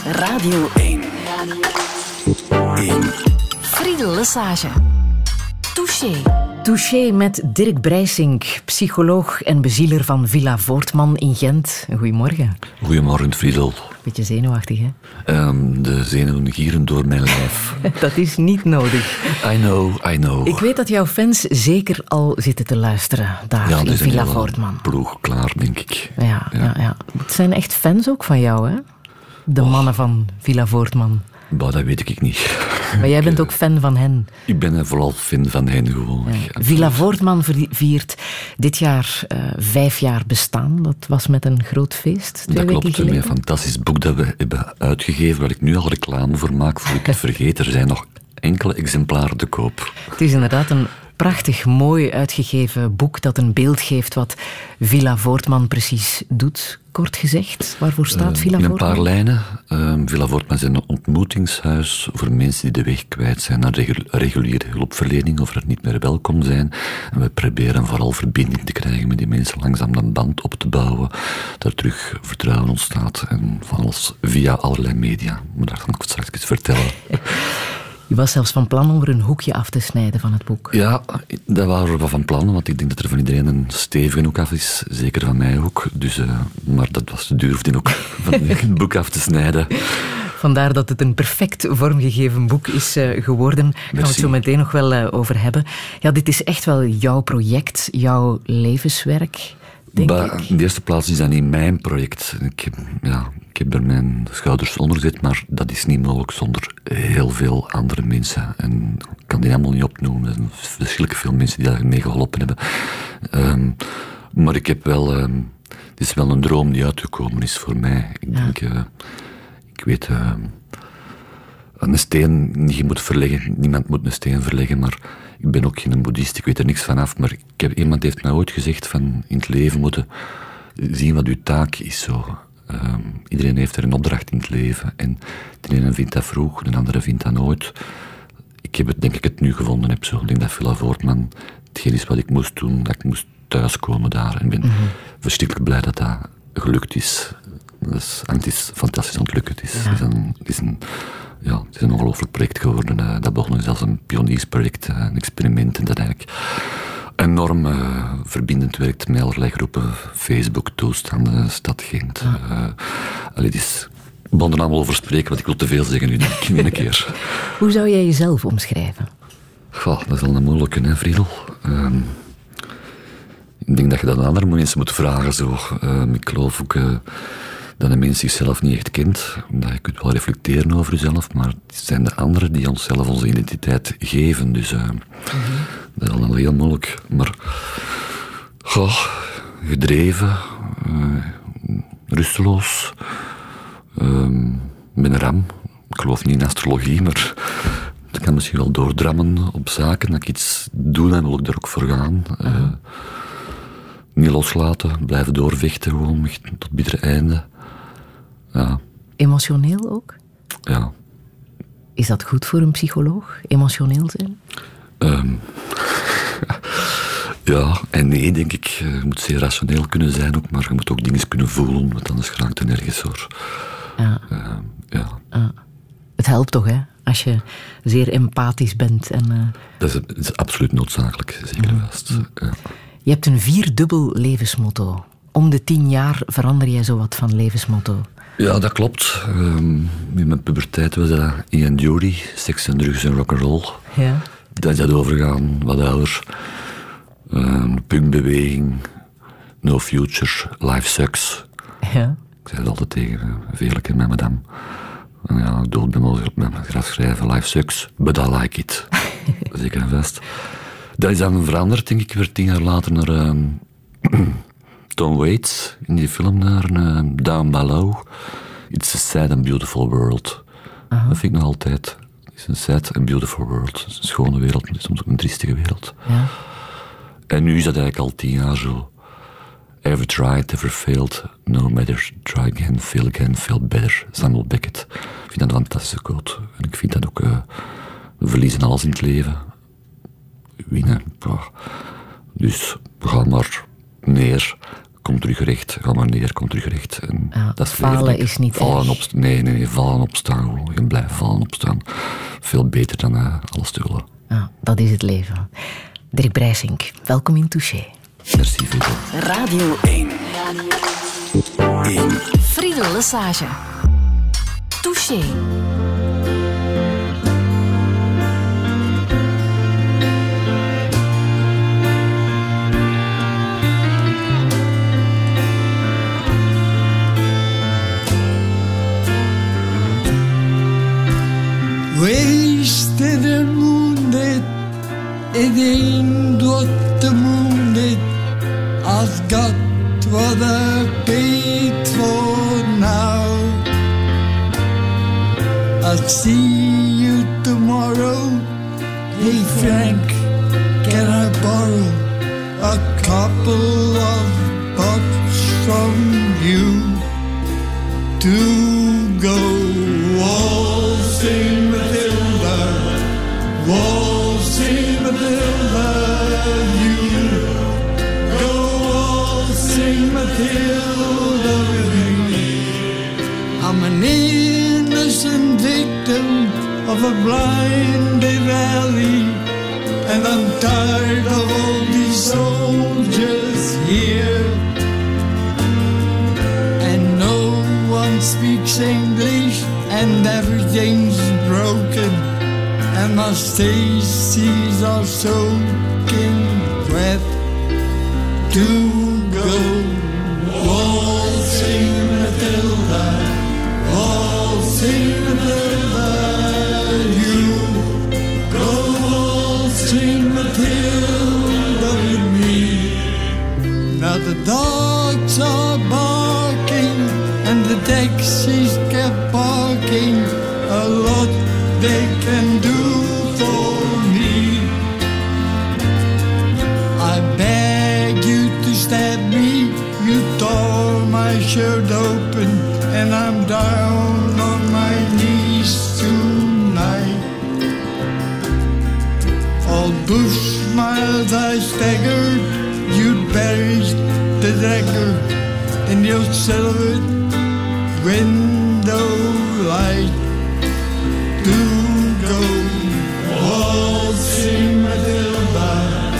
Radio 1. Friedel Lesage. Touché. Touché met Dirk Brijsink, psycholoog en bezieler van Villa Voortman in Gent. Goedemorgen. Goedemorgen, Friedel. Beetje zenuwachtig, hè? De zenuwen gieren door mijn lijf. Dat is niet nodig. I know. Ik weet dat jouw fans zeker al zitten te luisteren daar in Villa Voortman. Ploeg klaar, denk ik. Ja. Het zijn echt fans ook van jou, hè? De mannen van Villa Voortman. Dat weet ik niet. Maar jij bent ook fan van hen. Ik ben vooral fan van hen gewoon. Ja. Villa Voortman viert dit jaar 5 jaar bestaan. Dat was met een groot feest. Dat klopt, een fantastisch boek dat we hebben uitgegeven, waar ik nu al reclame voor maak, voor ik het vergeet. Er zijn nog enkele exemplaren te koop. Het is inderdaad een prachtig mooi uitgegeven boek dat een beeld geeft wat Villa Voortman precies doet. Kort gezegd, waarvoor staat Villa Voortman? In een paar lijnen. Villa Voortman is een ontmoetingshuis voor mensen die de weg kwijt zijn naar reguliere hulpverlening of er niet meer welkom zijn. En we proberen vooral verbinding te krijgen met die mensen, langzaam een band op te bouwen, dat er terug vertrouwen ontstaat en van alles via allerlei media. Maar daar kan ik straks iets vertellen. Je was zelfs van plan om er een hoekje af te snijden van het boek. Ja, dat waren we van plan, want ik denk dat er van iedereen een stevige hoek af is. Zeker van mij ook. Dus, maar dat was te duur om die ook van een boek af te snijden. Vandaar dat het een perfect vormgegeven boek is geworden. Daar gaan we het zo meteen nog wel over hebben. Ja, dit is echt wel jouw project, jouw levenswerk. In de eerste plaats is dat niet mijn project. Ik heb er mijn schouders onder gezet, maar dat is niet mogelijk zonder heel veel andere mensen. En ik kan die helemaal niet opnoemen. Er zijn verschillend veel mensen die daarmee geholpen hebben. Maar ik heb wel... het is wel een droom die uitgekomen is voor mij. Ik denk... ik weet... een steen niet moet verleggen. Niemand moet een steen verleggen, maar... Ik ben ook geen boeddhist, ik weet er niks van af, maar iemand heeft mij ooit gezegd van in het leven moeten zien wat uw taak is. Zo. Iedereen heeft er een opdracht in het leven en de ene vindt dat vroeg, de andere vindt dat nooit. Ik heb het, denk ik, het nu gevonden heb. Zo. Ik denk dat Villa Voortman hetgeen is wat ik moest doen, dat ik moest thuiskomen daar. En ik ben verschrikkelijk blij dat dat gelukt is. Het is fantastisch aan het lukken. Het is een ongelooflijk project geworden. Dat begon als een pioniersproject, een experiment. En dat eigenlijk enorm verbindend werkt met allerlei groepen. Facebook, toestanden, Stad Gent. Het is... Ik kon er allemaal over spreken, want ik wil te veel zeggen nu, denk ik, in één keer. Hoe zou jij jezelf omschrijven? Goh, dat is al een moeilijke, hè, Friedel. Ik denk dat je dat aan andere mensen moet vragen. Zo. Ik geloof ook... dat een mens zichzelf niet echt kent. Dat je kunt wel reflecteren over jezelf, maar het zijn de anderen die onszelf onze identiteit geven. Dus dat is al heel moeilijk. Maar gedreven, rusteloos, met een ram. Ik geloof niet in astrologie, maar ik kan misschien wel doordrammen op zaken. Dat ik iets doe, dan wil ik daar ook voor gaan. Niet loslaten, blijven doorvechten, gewoon tot bittere einde. Ja. Emotioneel ook? Ja. Is dat goed voor een psycholoog, emotioneel zijn? Ja en nee, denk ik. Je moet zeer rationeel kunnen zijn ook, maar je moet ook dingen kunnen voelen, want anders geraakt er nergens hoor. Het helpt toch, hè? Als je zeer empathisch bent. En, dat is absoluut noodzakelijk, zeker vast. Ja. Je hebt een 4-dubbel levensmotto. Om de 10 jaar verander jij zowat van levensmotto. Ja, dat klopt. In mijn puberteit was dat Ian Dury, seks en drugs en rock'n'roll. Ja. Dat is dat overgaan, wat ouder. Punkbeweging, no future, life sucks. Ja. Ik zei het altijd tegen vele keer met madame. Ja, ik dood ben mogelijk met mijn graf schrijven, life sucks, but I like it. Zeker en vast. Dat is dan veranderd, denk ik, weer 10 jaar later naar... Tom Waits, in die film daar, Down Below. It's a sad and beautiful world. Dat vind ik nog altijd. Het is een sad and beautiful world. Het is een schone wereld, maar het is soms ook een triestige wereld. Ja. En nu is dat eigenlijk al 10 jaar zo. Ever tried, ever failed, no matter, try again, feel better. Samuel Beckett. Ik vind dat een fantastische quote. En ik vind dat ook, we verliezen alles in het leven. Winnen. Dus we gaan maar neer. kom terug recht. Ga maar neer, kom terug recht. En dat is falen is niet vallen nee, vallen opstaan gewoon. Je blijft vallen opstaan. Veel beter dan alles te willen. Dat is het leven. Dirk Brijsink, welkom in Touché. Merci veel. Radio 1. Friedel Lesage. Touché. Wasted and wounded, it ain't what the moon did. I've got what I paid for now. I'll see you tomorrow. Hey Frank, can I borrow a couple of bucks from you to go waltzing Matilda, waltzing Matilda, you go waltzing Matilda with me. I'm an innocent victim of a blinded alley, and I'm tired of all these soldiers here, and no one speaks English, and everything's broken, and my Stacy's are soaking wet. To go waltzing Matilda, waltzing Matilda, you go waltzing Matilda with me. Now the dogs are barking and the taxis kept barking, a lot they can do for me. I beg you to stab me, you tore my shirt open, and I'm down on my knees tonight. All bush miles I staggered, you'd buried the dagger in your silver window light. To go waltzing Matilda,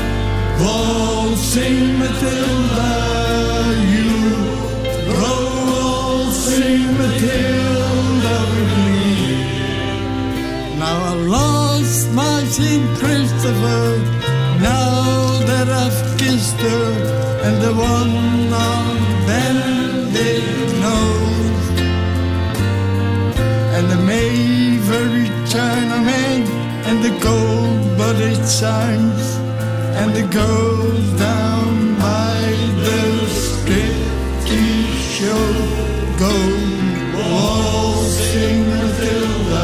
waltzing Matilda, you go waltzing Matilda with me. Now I lost my St. Christopher, now that I've kissed her, and the one on bended nose, and the Maybury Chinaman, and the gold-blooded signs, and the girls down by the striptease show. Go waltzing Matilda,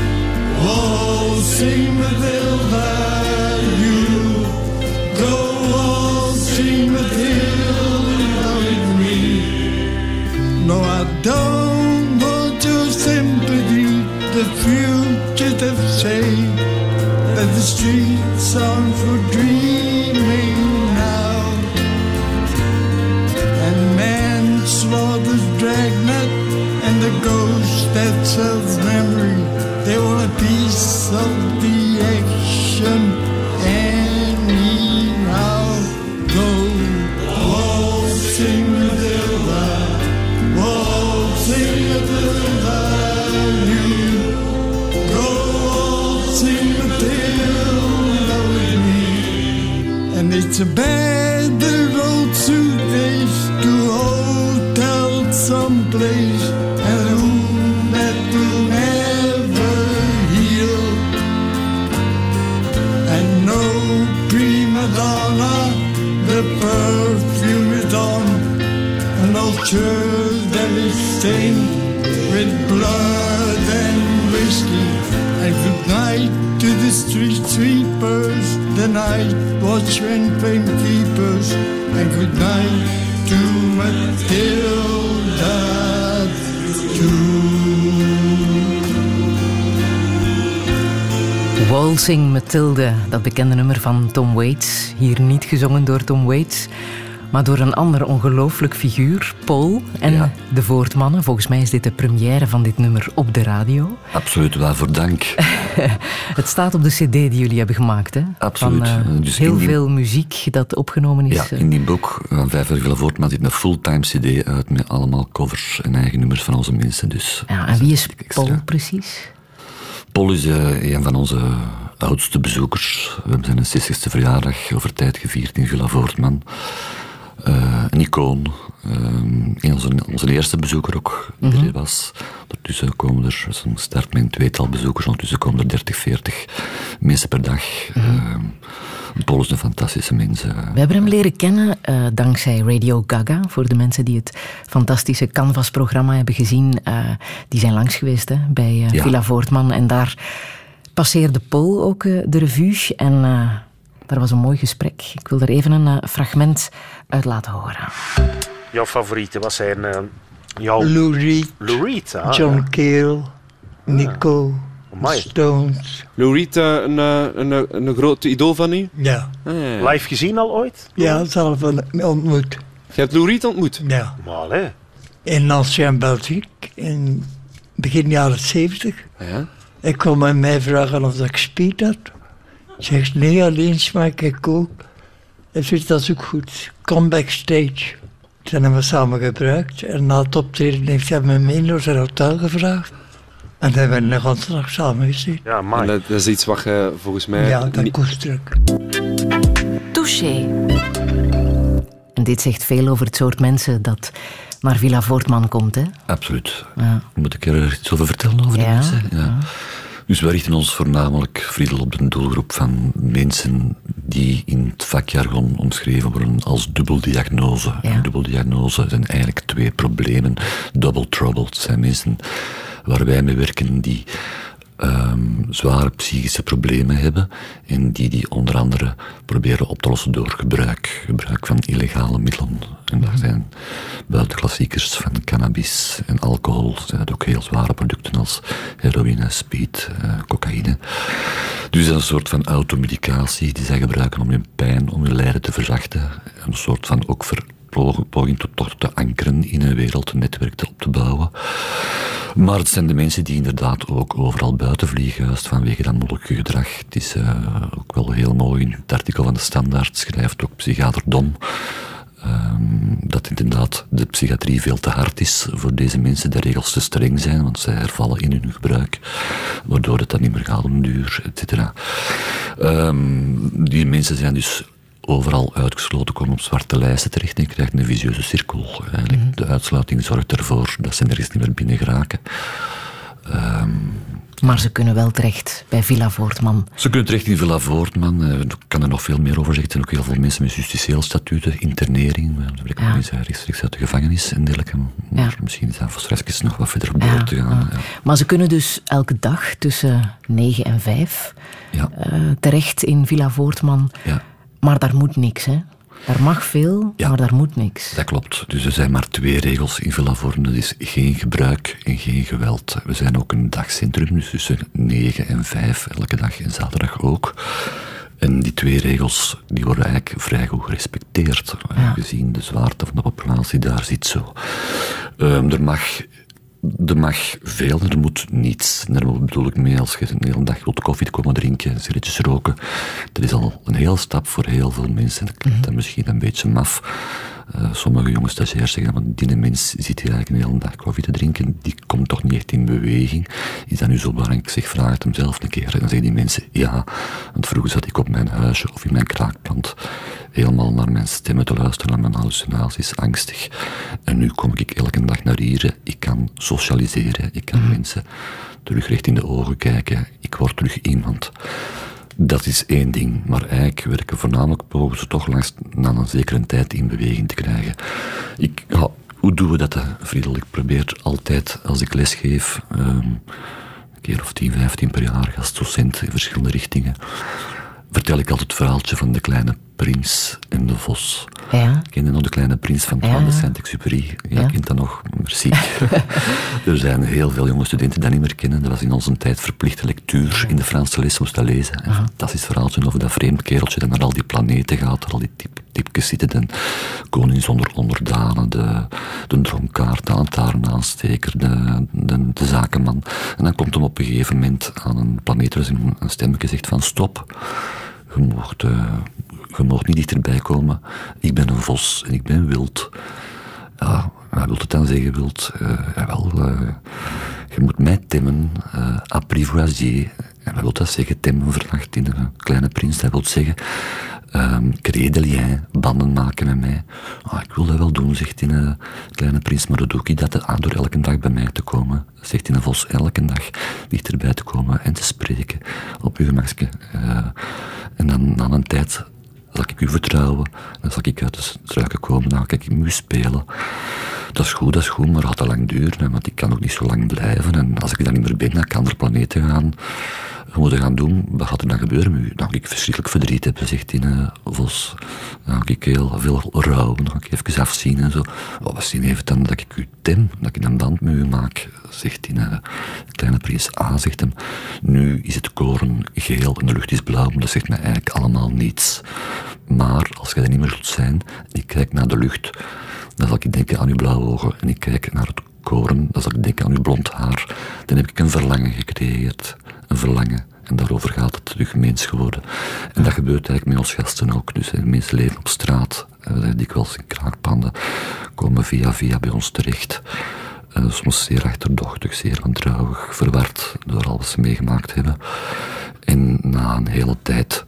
waltzing Matilda, you go waltzing Matilda with me. No, I don't want your sympathy. The fugitive say that the streets aren't for dreaming now, and manslaughter's dragnet and the ghost that sells memory, they want a piece of the action anyhow. Go waltzing Matilda, waltzing Matilda, you go waltzing Matilda with me. And it's a bad road suitcase to hotel someplace, and a wound that will never heal, and no prima donna, the perfume is on, and no church that is stained with blood and whiskey. And good night to the street sweepers, the night watchmen, keepers, and good night to Matilda too. Waltzing Matilda, dat bekende nummer van Tom Waits. Hier niet gezongen door Tom Waits, maar door een ander ongelooflijk figuur, Paul en de Voortmannen. Volgens mij is dit de première van dit nummer op de radio. Absoluut, waarvoor dank. Het staat op de cd die jullie hebben gemaakt, hè? Absoluut. Van dus heel veel muziek dat opgenomen is. Ja, in die boek van 5 Villa Voortman zit een fulltime cd uit met allemaal covers en eigen nummers van onze mensen. Dus, ja, en wie is Paul precies? Paul is een van onze oudste bezoekers. We hebben zijn 60ste verjaardag over tijd gevierd in Villa Voortman. Een icoon. Onze eerste bezoeker ook die er was. Ondertussen komen er, zo'n start met een 2-tal bezoekers, ondertussen komen er 30, 40 mensen per dag. Paul is een fantastische mens. We hebben hem leren kennen dankzij Radio Gaga. Voor de mensen die het fantastische Canvas-programma hebben gezien. Die zijn langs geweest bij Villa Voortman. En daar passeerde Paul ook de revue. En daar was een mooi gesprek. Ik wil er even een fragment uit laten horen. Jouw favorieten, wat zijn jouw... Lou Reed, John Cale, Nico, Stones. Lou Reed, een groot idool van u? Ja. Live gezien al ooit? Ja, zelf ontmoet. Je hebt Lou Reed ontmoet? Ja. Maar, hè? In Nancy en Belgique, in begin jaren 70. Ja. Ik kwam met mij vragen of ik speed had. Ik zeg, nee, alleen smaak ik ook. Hij zegt, dat is ook goed. Kom backstage. Toen hebben we samen gebruikt. En na het optreden heeft hij me mee naar zijn hotel gevraagd. En dan hebben we een hele dag samen gezeten. Ja, maar dat is iets wat je volgens mij... Ja, dat kost druk. Touché. En dit zegt veel over het soort mensen dat naar Villa Voortman komt, hè? Absoluut. Ja. Moet ik er iets over vertellen over die mensen? Ja. Dus wij richten ons voornamelijk, Friedel, op de doelgroep van mensen die in het vakjargon omschreven worden als dubbeldiagnose. Ja. En dubbeldiagnose zijn eigenlijk 2 problemen. Double trouble. Het zijn mensen waar wij mee werken die zware psychische problemen hebben en die onder andere proberen op te lossen door gebruik van illegale middelen. En daar zijn buiten klassiekers van cannabis en alcohol zijn het ook heel zware producten als heroïne, speed, cocaïne. Dus dat is een soort van automedicatie die zij gebruiken om hun pijn, om hun lijden te verzachten. Een soort van ook poging tot te ankeren in een wereld, een netwerk op te bouwen. Maar het zijn de mensen die inderdaad ook overal buiten vliegen, juist vanwege dat mollige gedrag. Het is ook wel heel mooi, in het artikel van de Standaard schrijft ook psychiater Dom dat inderdaad de psychiatrie veel te hard is voor deze mensen, de regels te streng zijn, want zij hervallen in hun gebruik, waardoor het dan niet meer gaat om duur, et cetera. Die mensen zijn dus overal uitgesloten, komen op zwarte lijsten terecht en je krijgt een visieuze cirkel. De uitsluiting zorgt ervoor dat ze nergens niet meer binnen geraken. Maar ze kunnen wel terecht bij Villa Voortman. Ze kunnen terecht in Villa Voortman. Ik kan er nog veel meer over zeggen. Er zijn ook heel veel mensen met justitieel statuten, internering. Ze werken mensen rechtstreeks uit de gevangenis en dergelijke. Maar misschien is dat voor straks nog wat verder op door te gaan. Ja. Maar ze kunnen dus elke dag tussen 9 en 5 terecht in Villa Voortman. Ja. Maar daar moet niks, hè? Er mag veel, maar daar moet niks. Dat klopt. Dus er zijn maar 2 regels in Villa Voortman. Dat is geen gebruik en geen geweld. We zijn ook een dagcentrum, dus tussen 9 en 5, elke dag en zaterdag ook. En die 2 regels die worden eigenlijk vrij goed gerespecteerd. Gezien de zwaarte van de populatie daar zit zo. Er mag veel en er moet niets. En daar bedoel ik mee, als je een hele dag wilt koffie komen drinken, sigaretjes roken, dat is al een hele stap voor heel veel mensen. Dat klinkt dan misschien een beetje maf. Sommige jonge stagiairs zeggen, maar die mens zit hier eigenlijk een hele dag koffie te drinken, die komt toch niet echt in beweging. Is dat nu zo belangrijk? Ik zeg, vraag het hem zelf een keer. En dan zeggen die mensen, ja, want vroeger zat ik op mijn huisje of in mijn kraakplant helemaal naar mijn stemmen te luisteren, naar mijn hallucinaties, angstig. En nu kom ik elke dag naar hier. Ik kan socialiseren, ik kan mensen terug recht in de ogen kijken. Ik word terug iemand. Dat is 1 ding, maar eigenlijk werken voornamelijk pogen ze toch langs na een zekere tijd in beweging te krijgen. Hoe doen we dat, Friedel? Ik probeer altijd, als ik lesgeef, een keer of 10, 15 per jaar als docent in verschillende richtingen, vertel ik altijd het verhaaltje van de kleine prins en de vos. Ja. Ken je nog De Kleine Prins van Antoine de Saint-Exupéry? Ja, kent dat nog? Merci. Er zijn heel veel jonge studenten die dat niet meer kennen. Dat was in onze tijd verplichte lectuur. In de Franse les moest dat lezen. Een fantastisch verhaaltje over dat vreemd kereltje dat naar al die planeten gaat, er al die typjes zitten. De koning zonder onderdanen, de dronkaard, de lantaarnaansteker, de zakenman. En dan komt hem op een gegeven moment aan een planeet waar een stemmetje zegt van stop. Je mocht niet dichterbij komen. Ik ben een vos en ik ben wild. Ja, wat wil het dan zeggen, wild? Je moet mij temmen, apprivoisier. En wat wil dat zeggen, temmen verlacht in een Kleine Prins? Dat wil zeggen, créer de lien, banden maken met mij. Ik wil dat wel doen, zegt in een Kleine Prins, maar dat doe ik dat door elke dag bij mij te komen. Zegt in een vos, elke dag dichterbij te komen en te spreken op uw gemakje. En dan na een tijd zal ik u vertrouwen, dan zal ik uit de struiken komen, dan ga ik u spelen. Dat is goed, maar gaat dat lang duren, want ik kan ook niet zo lang blijven. En als ik dan niet meer ben, dan kan ik naar andere planeten gaan. We moeten gaan doen, wat gaat er dan gebeuren met u? Dan ga ik verschrikkelijk verdriet hebben, zegt in Vos. Dan ga ik heel veel rouwen, dan ga ik even afzien en zo. Wat zien heeft dan dat ik u tem, dat ik een band met u maak, zegt in Kleine Prins. Zegt hem, nu is het koren geel en de lucht is blauw, maar dat zegt mij eigenlijk allemaal niets. Maar als jij er niet meer zult zijn, en ik kijk naar de lucht, dan zal ik denken aan uw blauwe ogen en ik kijk naar het koren, dan zal ik denken aan uw blond haar. Dan heb ik een verlangen gecreëerd. Een verlangen. En daarover gaat het terug mens geworden. En dat gebeurt eigenlijk met ons gasten ook. Dus mensen leven op straat. Dikwijls in kraakpanden. Komen via bij ons terecht. Soms zeer achterdochtig, zeer wantrouwig, verward door alles wat ze meegemaakt hebben. En na een hele tijd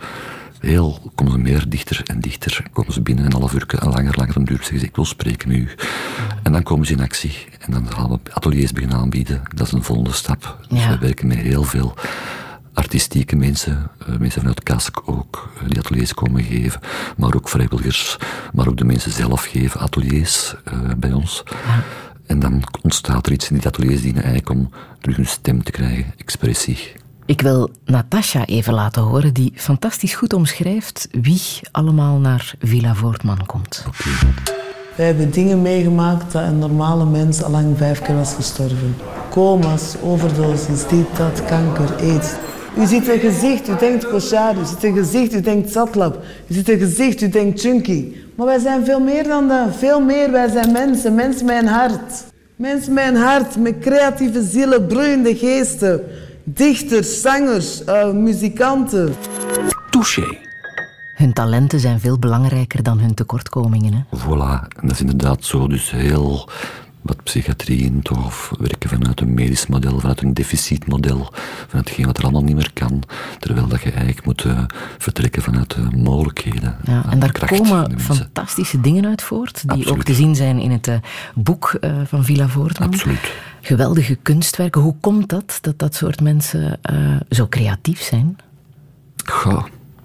komen ze meer dichter en dichter. Komen ze binnen een half uur en langer een uur zeggen ze, ik wil spreken met u. En dan komen ze in actie. En dan gaan we ateliers beginnen aanbieden. Dat is een volgende stap. Dus we werken met heel veel artistieke mensen vanuit Kask ook, die ateliers komen geven. Maar ook vrijwilligers, maar ook de mensen zelf geven ateliers bij ons. Ja. En dan ontstaat er iets in die ateliers dienen eigenlijk om terug een stem te krijgen, expressie. Ik wil Natasja even laten horen, die fantastisch goed omschrijft wie allemaal naar Villa Voortman komt. Okay. Wij hebben dingen meegemaakt dat een normale mens al lang 5 keer was gestorven. Coma's, overdoses, dit, dat, kanker, aids. U ziet een gezicht, u denkt koshar. U ziet een gezicht, u denkt zatlap. U ziet een gezicht, u denkt chunky. Maar wij zijn veel meer dan dat. Veel meer, wij zijn mensen. Mensen met een hart. Mensen met een hart, met creatieve zielen, broeiende geesten. Dichters, zangers, muzikanten. Touché. Hun talenten zijn veel belangrijker dan hun tekortkomingen. Hè? Voilà, en dat is inderdaad zo. Dus heel wat psychiatrie in, toch, of werken vanuit een medisch model, vanuit een deficitmodel, vanuit hetgeen wat er allemaal niet meer kan, terwijl dat je eigenlijk moet vertrekken vanuit de mogelijkheden. Ja, en daar komen fantastische dingen uit voort, die Absoluut. ook te zien zijn in het boek van Villa Voortman. Absoluut. Geweldige kunstwerken. Hoe komt dat soort mensen zo creatief zijn? Goh.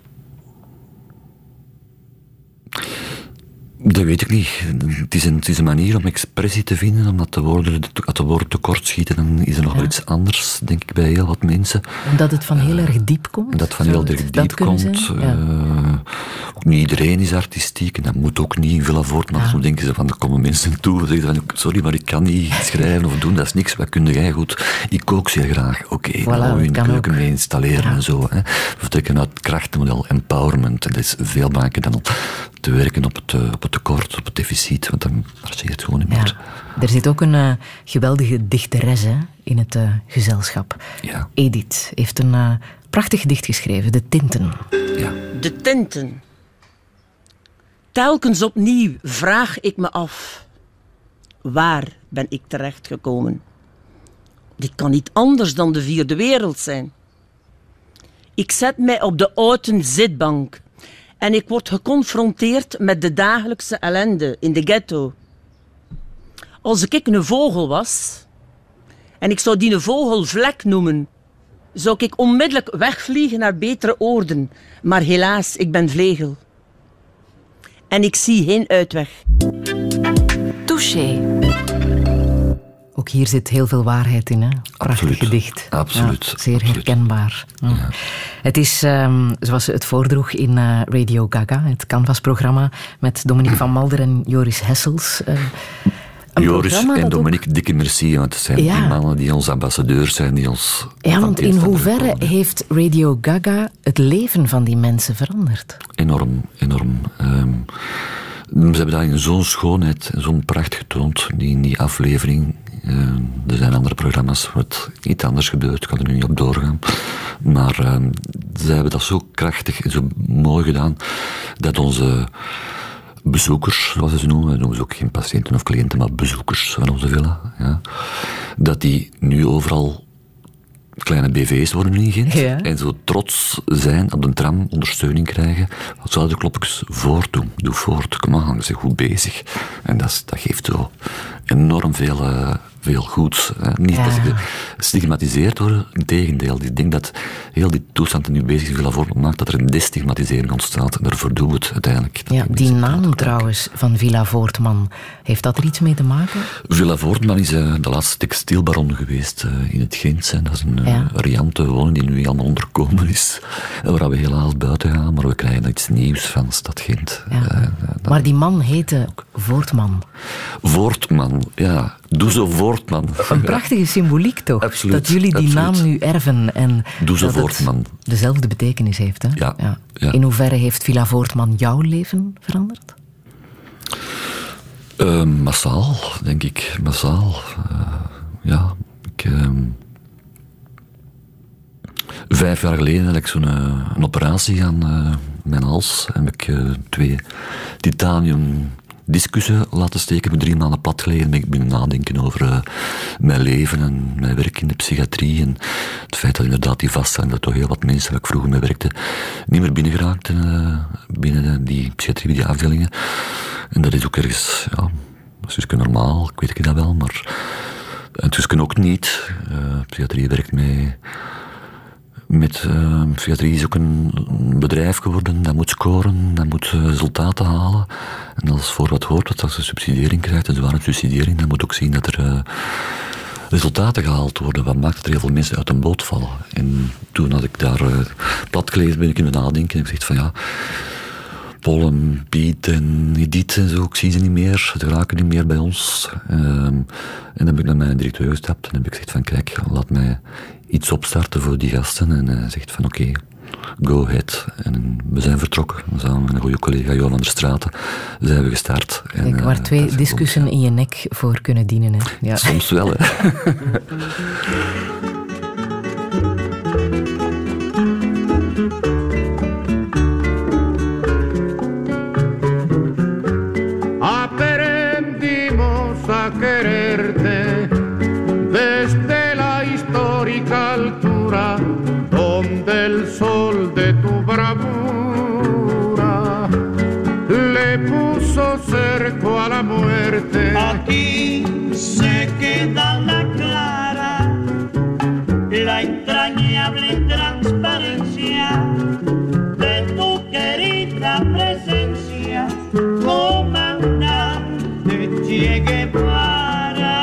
Dat weet ik niet. Het is een manier om expressie te vinden, omdat de woorden tekort schieten, dan is er nog wel iets anders, denk ik, bij heel wat mensen. Omdat het van heel erg diep komt? Dat het van heel erg diep komt. Ook niet iedereen is artistiek, en dat moet ook niet in Villa Voortman. Zo denken ze van, er komen mensen toe en zeggen van, sorry, maar ik kan niet schrijven of doen, dat is niks, wat kun jij goed? Ik kook zeer graag. Oké, dan gaan we in de keuken mee installeren en zo. Hè. We vertrekken uit het krachtenmodel, empowerment, en dat is veel belangrijker dan te werken op het tekort, op het deficit, want dan marcheert het gewoon niet meer. Ja. Er zit ook een geweldige dichteres in het gezelschap. Ja. Edith heeft een prachtig gedicht geschreven, De Tinten. Ja. De tinten. Telkens opnieuw vraag ik me af, waar ben ik terechtgekomen? Dit kan niet anders dan de vierde wereld zijn. Ik zet mij op de oude zitbank en ik word geconfronteerd met de dagelijkse ellende in de ghetto. Als ik een vogel was, en ik zou die een vogel vlek noemen, zou ik onmiddellijk wegvliegen naar betere oorden. Maar helaas, ik ben vlegel. En ik zie geen uitweg. Touché. Ook hier zit heel veel waarheid in, hè? Prachtig gedicht. Absoluut. Ja, zeer herkenbaar. Ja. Het is, zoals ze het voordroeg in Radio Gaga, het Canvas-programma, met Dominique van Malder en Joris Hessels. Joris en Dominique, dikke merci, want het zijn die mannen die ons ambassadeurs zijn, die ons... Ja, want in hoeverre heeft Radio Gaga het leven van die mensen veranderd? Enorm, enorm. Ze hebben dat in zo'n schoonheid en zo'n pracht getoond, in die aflevering. Er zijn andere programma's waar het iets anders gebeurt, ik kan er nu niet op doorgaan. Maar ze hebben dat zo krachtig en zo mooi gedaan, dat onze bezoekers, zoals ze noemen, we noemen ze ook geen patiënten of cliënten, maar bezoekers van onze villa, ja, dat die nu overal kleine BV's worden in Gent, en zo trots zijn op de tram, ondersteuning krijgen. Wat zouden de klopjes voortdoen? Doe voort, kom aan, ze zijn goed bezig. En dat geeft zo enorm veel goeds. Niet dat ze gestigmatiseerd worden, integendeel. Ik denk dat heel die toestand die nu bezig is, Villa maakt dat er een destigmatisering ontstaat. En daarvoor doen we het uiteindelijk. Ja, die naam trouwens van Villa Voortman, heeft dat er iets mee te maken? Villa Voortman is de laatste textielbaron geweest in het Gent. Dat is een riante woning die nu allemaal onderkomen is. Waar we helaas buiten gaan, maar we krijgen iets nieuws van Stad Gent. Ja. Maar die man heette Voortman. Voortman, ja. Doe zo voort, man. Een prachtige symboliek toch? Absoluut, dat jullie die naam nu erven en Doe zo dat voort, het man. Dezelfde betekenis heeft. Hè? Ja. In hoeverre heeft Villa Voortman jouw leven veranderd? Massaal, denk ik. Massaal. 5 jaar geleden had ik zo'n operatie aan mijn hals. En heb ik 2 titanium discussen laten steken. Ik heb 3 maanden plat gelegen. Ben ik binnen nadenken over mijn leven en mijn werk in de psychiatrie. En het feit dat inderdaad die vaststelling dat toch heel wat mensen waar ik vroeger mee werkte niet meer binnengeraakt binnen die psychiatrie, die afdelingen. En dat is ook ergens, dat is normaal, ik weet dat wel, maar en tussen ook niet. Psychiatrie werkt met psychiatrie is ook een bedrijf geworden, dat moet scoren, dat moet resultaten halen. En als voor wat hoort, dat als je subsidiëring krijgt, een zware subsidiëring, dan moet ook zien dat er resultaten gehaald worden. Wat maakt dat er heel veel mensen uit een boot vallen? En toen had ik daar plat gelezen, ben ik in het nadenken en ik zeg van Paul en Piet en Edith en zo, ik zie ze niet meer, ze raken niet meer bij ons. En dan ben ik naar mijn directeur gestapt en heb ik gezegd van kijk, laat mij iets opstarten voor die gasten. En hij zegt van oké, go ahead. En we zijn vertrokken. Samen met een goede collega, Johan van der Straten, zijn we gestart. Kijk, waar 2 discussen in je nek voor kunnen dienen. Hè? Ja. Soms wel, hè. Aprendimos a quererte desde la histórica altura donde el sol de tu bravura le puso cerco a la muerte. Aquí se queda la clara, la entrañable transparencia de tu querida presencia, comandante Che Guevara.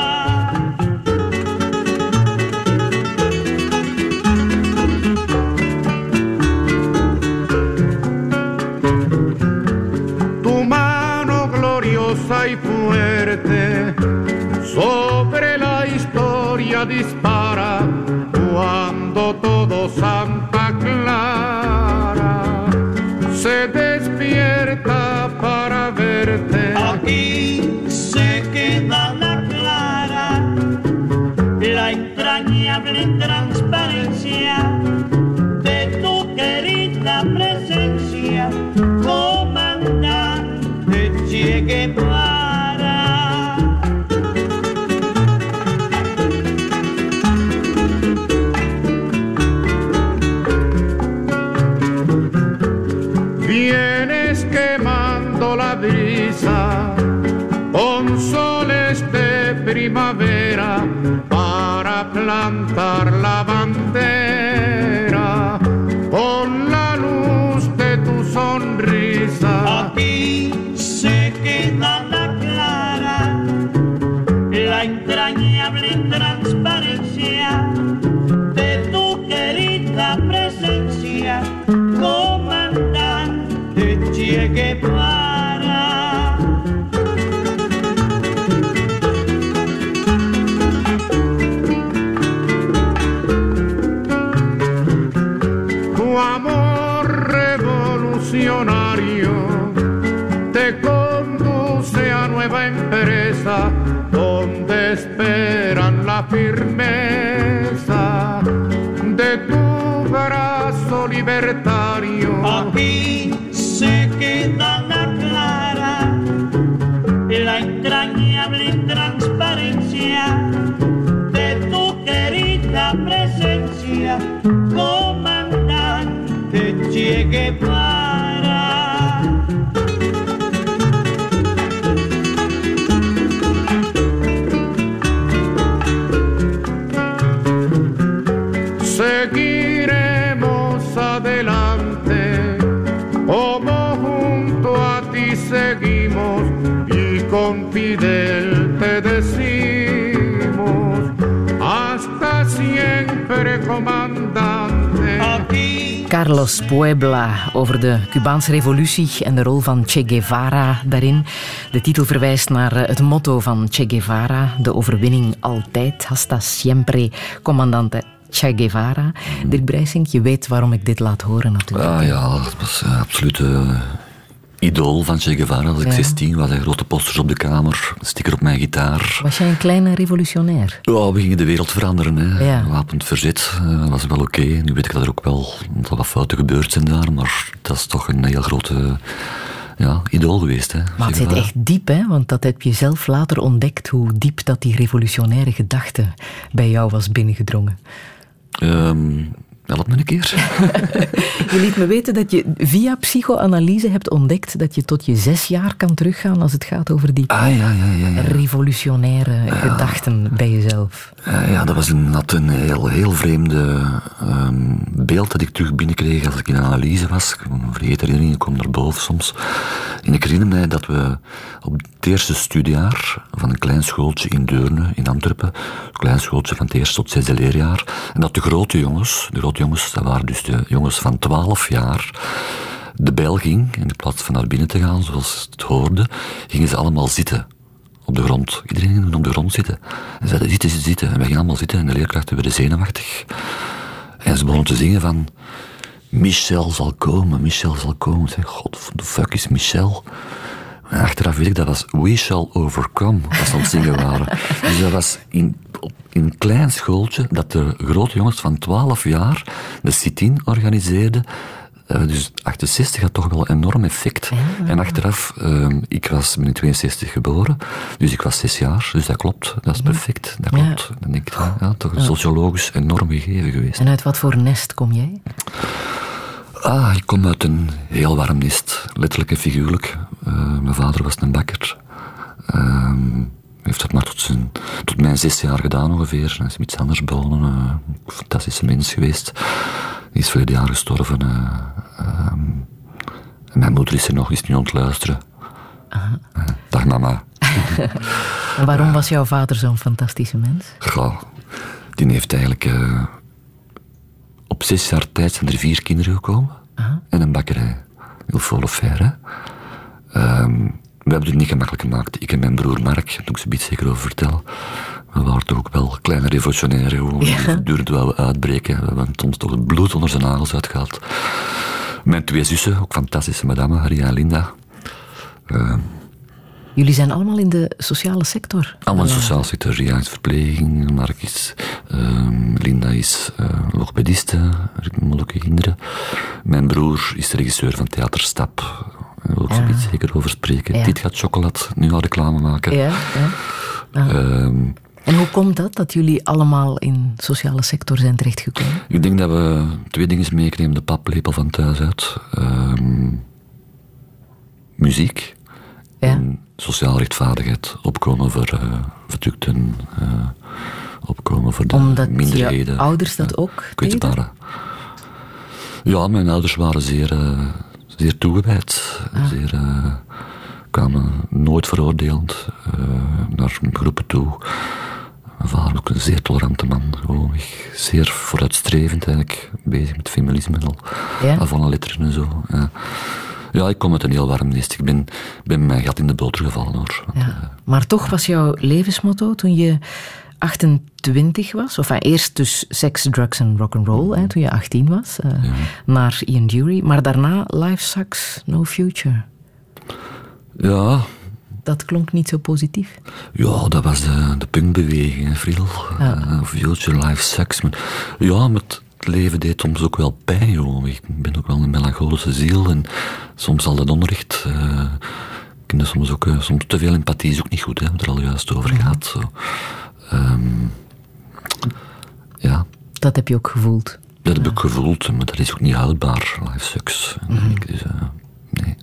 Tu mano gloriosa y fuerte sobre la historia dispara cuando todo Santa Clara se despierta para verte. Aquí se queda la clara, la entrañable transparencia de tu querida presencia, comandante Che Guevara. Vienes quemando la brisa con soles de primavera para plantar la bandera con la luz de tu sonrisa. Aquí se queda la clara, la entrañable querida presencia, comandante Che Guevara. Tu amor revolucionario te conduce a nueva empresa donde esperan la firmeza de tu brazo libertario. Aquí se queda la clara, la entrañable transparencia de tu querida presencia, comandante Che Guevara. Seguiremos adelante, como junto a ti seguimos, y con Fidel te decimos, hasta siempre, comandante. Carlos Puebla over de Cubaanse revolutie en de rol van Che Guevara daarin. De titel verwijst naar het motto van Che Guevara, de overwinning altijd, hasta siempre, comandante Che Guevara. Dirk Brijsink, je weet waarom ik dit laat horen natuurlijk. Ah ja, dat was absoluut idool van Che Guevara. Als ik 16 was, hij grote posters op de kamer, een sticker op mijn gitaar. Was jij een kleine revolutionair? Ja, we gingen de wereld veranderen. Hè. Ja. Wapend verzet, was wel oké. Nu weet ik dat er ook wel wat fouten gebeurd zijn daar, maar dat is toch een heel grote idool geweest. Hè, maar het zit echt diep, hè? Want dat heb je zelf later ontdekt, hoe diep dat die revolutionaire gedachte bij jou was binnengedrongen. Help me een keer. Je liet me weten dat je via psychoanalyse hebt ontdekt dat je tot je 6 jaar kan teruggaan als het gaat over die revolutionaire gedachten bij jezelf. Ja, dat was een heel vreemde beeld dat ik terug binnenkreeg als ik in analyse was. Vergeet herinneringen, ik kom naar boven soms. En ik herinner mij dat we op het eerste studiejaar van een klein schooltje in Deurne, in Antwerpen, een klein schooltje van het eerste tot 6e leerjaar, en dat de grote jongens, dat waren dus de jongens van 12 jaar, de bel ging, en in plaats van naar binnen te gaan, zoals het hoorde, gingen ze allemaal zitten. Op de grond. Iedereen ging op de grond zitten. En zeiden, zitten. En wij gingen allemaal zitten en de leerkrachten werden zenuwachtig. En ze begonnen te zingen van, Michel zal komen. Ik zei, god, the fuck is Michel? En achteraf weet ik, dat was We Shall Overcome, wat ze aan het zingen waren. Dus dat was in een klein schooltje dat de grote jongens van 12 jaar de sit-in organiseerden. Dus 68 had toch wel een enorm effect. Ja. En achteraf, ik ben in 62 geboren, dus ik was 6 jaar, dus dat klopt, dat is perfect, dat klopt. Ja. Dan denk ik, toch sociologisch enorm gegeven geweest. En uit wat voor nest kom jij? Ik kom uit een heel warm nest, letterlijk en figuurlijk. Mijn vader was een bakker. Heeft dat maar tot mijn 6 jaar gedaan ongeveer. Hij is iets anders begonnen. Een fantastische mens geweest. Die is verleden jaar gestorven. Mijn moeder is er nog, is nu aan het luisteren. Dag mama. En waarom was jouw vader zo'n fantastische mens? Die heeft eigenlijk... op 6 jaar tijd zijn er 4 kinderen gekomen. En een bakkerij. Heel volle fair, hè. We hebben het niet gemakkelijk gemaakt. Ik en mijn broer Mark, daar moet ik ze iets zeker over vertellen. We waren toch ook wel kleine revolutionairen. Gewoon. Durfden we uitbreken. We hebben soms toch het bloed onder zijn nagels uitgehaald. Mijn 2 zussen, ook fantastische madame, Harry en Linda. Jullie zijn allemaal in de sociale sector? Allemaal in de sociale sector. Ria is verpleging, Mark is... Linda is logopediste, moeilijke kinderen. Mijn broer is de regisseur van Theater Stap. Daar wil ik zo iets zeker over spreken. Ja. Dit gaat chocolade, nu al reclame maken. En hoe komt dat jullie allemaal in de sociale sector zijn terechtgekomen? Ik denk dat we 2 dingen meeknemen, de paplepel van thuis uit. Muziek en sociale rechtvaardigheid. Opkomen voor verdrukten, opkomen voor de minderheden. Omdat je ouders dat ook deden? Ja, mijn ouders waren zeer toegewijd. Kwamen nooit veroordelend naar groepen toe. Mijn vader ook een zeer tolerante man. Gewoon zeer vooruitstrevend eigenlijk. Bezig met feminisme al. Ja? Van letteren en zo. Ja. Ja, ik kom uit een heel warm nest. Ik ben mijn gat in de boter gevallen, hoor. Ja. Maar toch was jouw levensmotto toen je 28 was, of eerst dus seks, drugs en rock'n'roll, toen je 18 was, naar Ian Dury, maar daarna life sucks, no future. Ja. Dat klonk niet zo positief. Ja, dat was de punkbeweging, Friedel. Future, life sucks. Maar, ja, met het leven deed soms ook wel pijn, joh. Ik ben ook wel een melancholische ziel en soms al dat onrecht. Soms te veel empathie is ook niet goed, hè, wat er al juist over gaat. Zo. Ja. Dat heb je ook gevoeld? Dat heb ik gevoeld, maar dat is ook niet houdbaar. Life sucks. Dus, nee.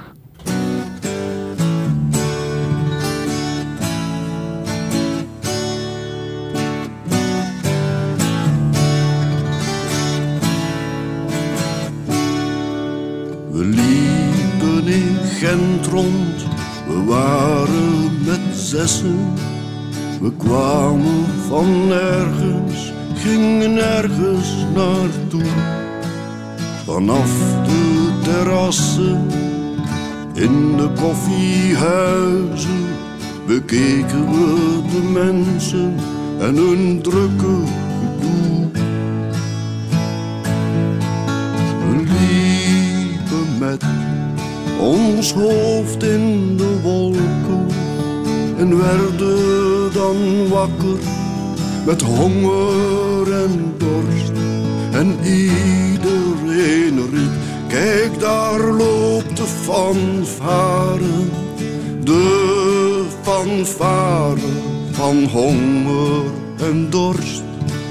We liepen in Gent rond, we waren met 6. We kwamen van nergens, gingen nergens naartoe. Vanaf de terrassen, in de koffiehuizen, bekeken we de mensen en hun drukke gedoe. We liepen met ons hoofd in de wolken en werden dan wakker met honger en dorst. En iedereen riep, kijk daar loopt de fanfare. De fanfare van honger en dorst.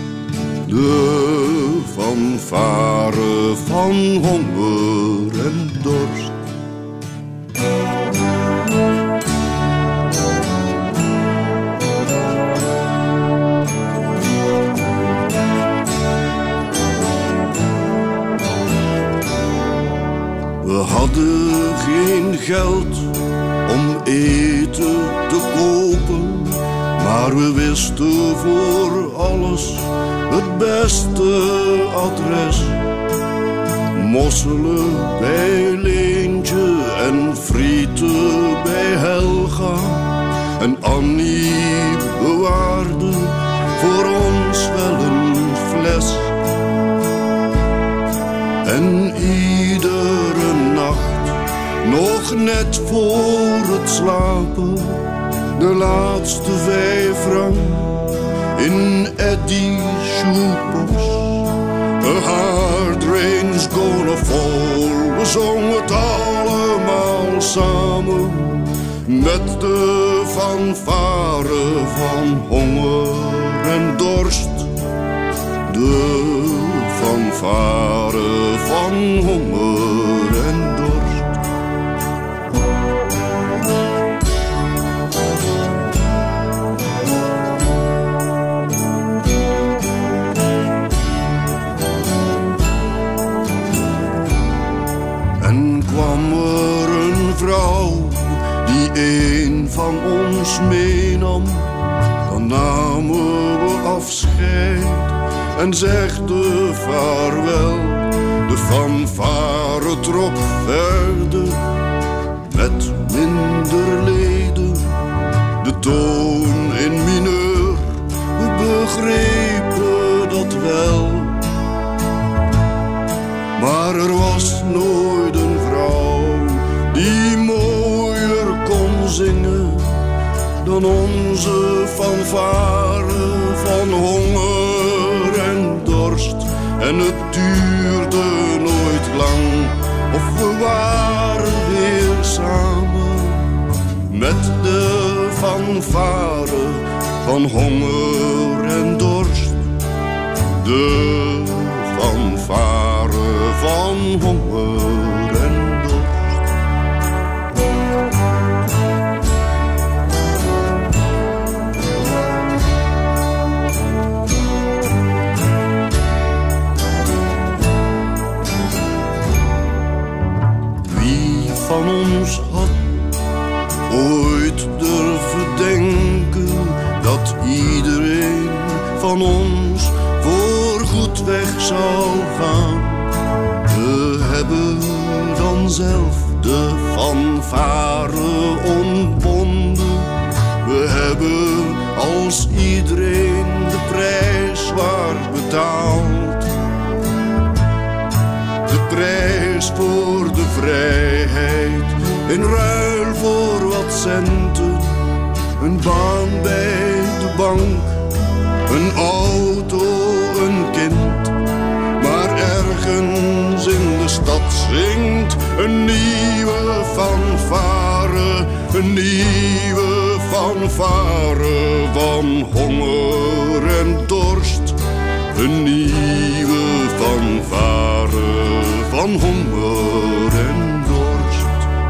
De fanfare van honger en dorst. We hadden geen geld om eten te kopen, maar we wisten voor alles het beste adres. Mosselen bij Leentje en frieten bij Helga. En Annie bewaarde voor ons wel een fles. En iedere nacht, nog net voor het slapen, de laatste 5 frank in Eddie's shoebox. A hard rain's gonna fall, we zongen het allemaal samen, met de fanfare van honger en dorst. De fanfare van honger en dorst. En kwam er een vrouw die een van ons meenam, dan namen we afscheid en zegde vaarwel. De fanfare trok verder met minder leden, de toon in mineur, we begrepen dat wel. Maar er was nooit een vrouw die mooier kon zingen dan onze fanfare van honger en dorst. En het duurde nooit lang, of we waren weer samen, met de fanfare van honger en dorst. De fanfare van honger en dorst. Wie van ons had ooit durven denken dat iedereen van ons voorgoed weg zou gaan. We hebben dan zelf de fanfare ontbonden. We hebben als iedereen de prijs zwaar betaald. De prijs voor de vrijheid in ruil voor wat centen. Een baan bij de bank, een auto, een kind. Maar ergens in de stad zingt een nieuwe fanfare. Een nieuwe fanfare van honger en dorst. Een nieuwe fanfare van honger en dorst.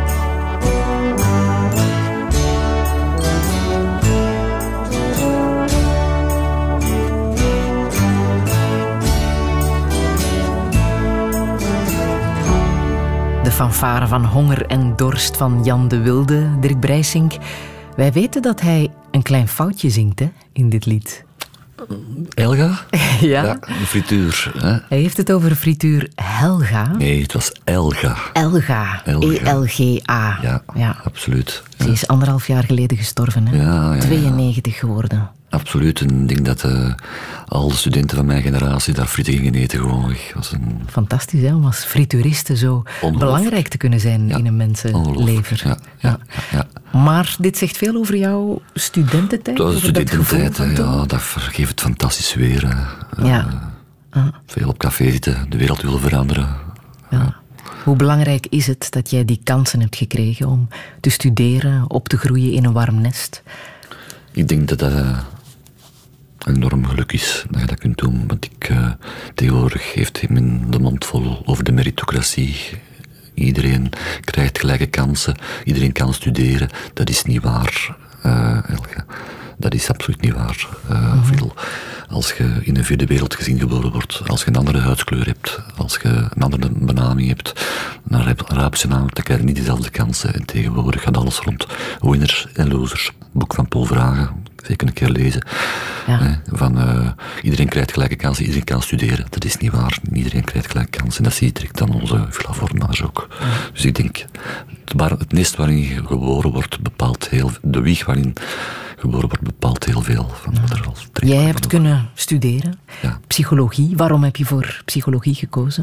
De fanfare van honger en dorst van Jan de Wilde, Dirk Brijsink. Wij weten dat hij een klein foutje zingt, hè, in dit lied. Elga? Ja. Een frituur. Hè? Hij heeft het over frituur Helga. Nee, het was Elga. Elga. E-L-G-A. Ja, absoluut. Ja. Ze is 1,5 jaar geleden gestorven, hè? Ja. 92 geworden. Absoluut. En ik denk dat al de studenten van mijn generatie daar frieten gingen eten gewoon. Was een... Fantastisch, hè? Om als frituuriste zo belangrijk te kunnen zijn in een mensenleven. Ja. Maar dit zegt veel over jouw studententijd? Dat was de studententijd, ja. Dat geeft het fantastisch weer. Veel op café zitten, de wereld willen veranderen. Ja. Hoe belangrijk is het dat jij die kansen hebt gekregen om te studeren, op te groeien in een warm nest? Ik denk dat dat een enorm geluk is dat je dat kunt doen. Want tegenwoordig heeft men de mond vol over de meritocratie. Iedereen krijgt gelijke kansen. Iedereen kan studeren. Dat is niet waar, Elge. Dat is absoluut niet waar. Als je in een vierde wereldgezin geboren wordt, als je een andere huidskleur hebt, als je een andere benaming hebt, een Arabische naam, dan krijg je niet dezelfde kansen. En tegenwoordig gaat alles rond winners en losers. Boek van Paul Vragen, zeker een keer lezen. Ja. Iedereen krijgt gelijke kansen, iedereen kan studeren. Dat is niet waar. Iedereen krijgt gelijke kansen. En dat zie je direct aan onze Villa-Voortmanners ook. Ja. Dus ik denk, het nest waarin je geboren wordt bepaalt heel... De wieg waarin geboren wordt bepaalt heel veel. Van wat er als Jij hebt kunnen studeren. Ja. Psychologie. Waarom heb je voor psychologie gekozen?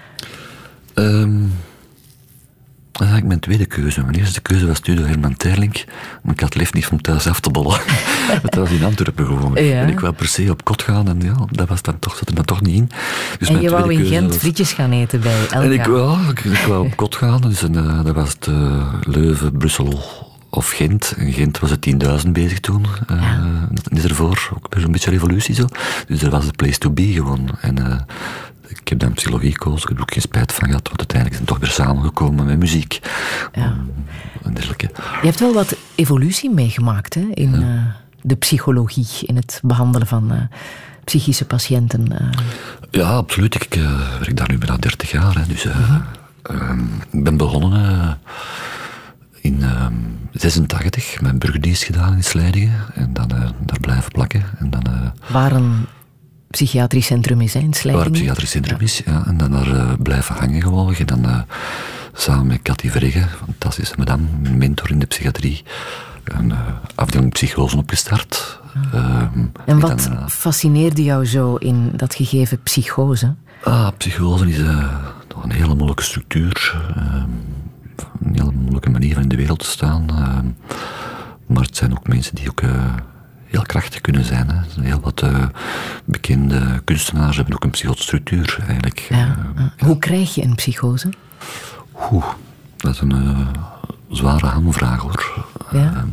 Dat is eigenlijk mijn tweede keuze. Mijn eerste keuze was Studio Herman Terlink. Maar ik had lef niet om thuis af te bollen. Dat was in Antwerpen gewoon. Ja. En ik wou per se op kot gaan. En ja, dat was dan toch, zat er dan toch niet in. Dus en je wou in Gent frietjes gaan eten bij Elga. En ik wou op kot gaan. Dus dat was het Leuven, Brussel of Gent. En Gent was het 10.000 bezig toen. Dat is ervoor ook weer een beetje revolutie zo. Dus dat was de place to be gewoon. En... ik heb dan psychologie gekozen, ik heb er ook geen spijt van gehad, want uiteindelijk zijn we toch weer samengekomen met muziek. Ja. En dergelijke. Je hebt wel wat evolutie meegemaakt hè, in de psychologie, in het behandelen van psychische patiënten. Ja, absoluut. Ik werk daar nu bijna 30 jaar. Hè, dus ik ben begonnen in 86, mijn burgerdienst gedaan in Slijdingen en dan daar blijven plakken. En dan, Waar een psychiatrisch centrum is, hè, in Slijdingen? Waar een psychiatrisch centrum is, ja. En dan daar blijven hangen gewoon. En dan samen met Cathy Verregge, fantastische madame, mentor in de psychiatrie, een afdeling psychose opgestart. En wat fascineerde jou zo in dat gegeven psychose? Psychose is toch een hele moeilijke structuur. Een hele moeilijke manier van in de wereld te staan. Maar het zijn ook mensen die ook... heel krachtig kunnen zijn. Hè. Heel wat bekende kunstenaars hebben ook een psychostructuur eigenlijk. Hoe krijg je een psychose? Dat is een zware hamvraag hoor. Ja?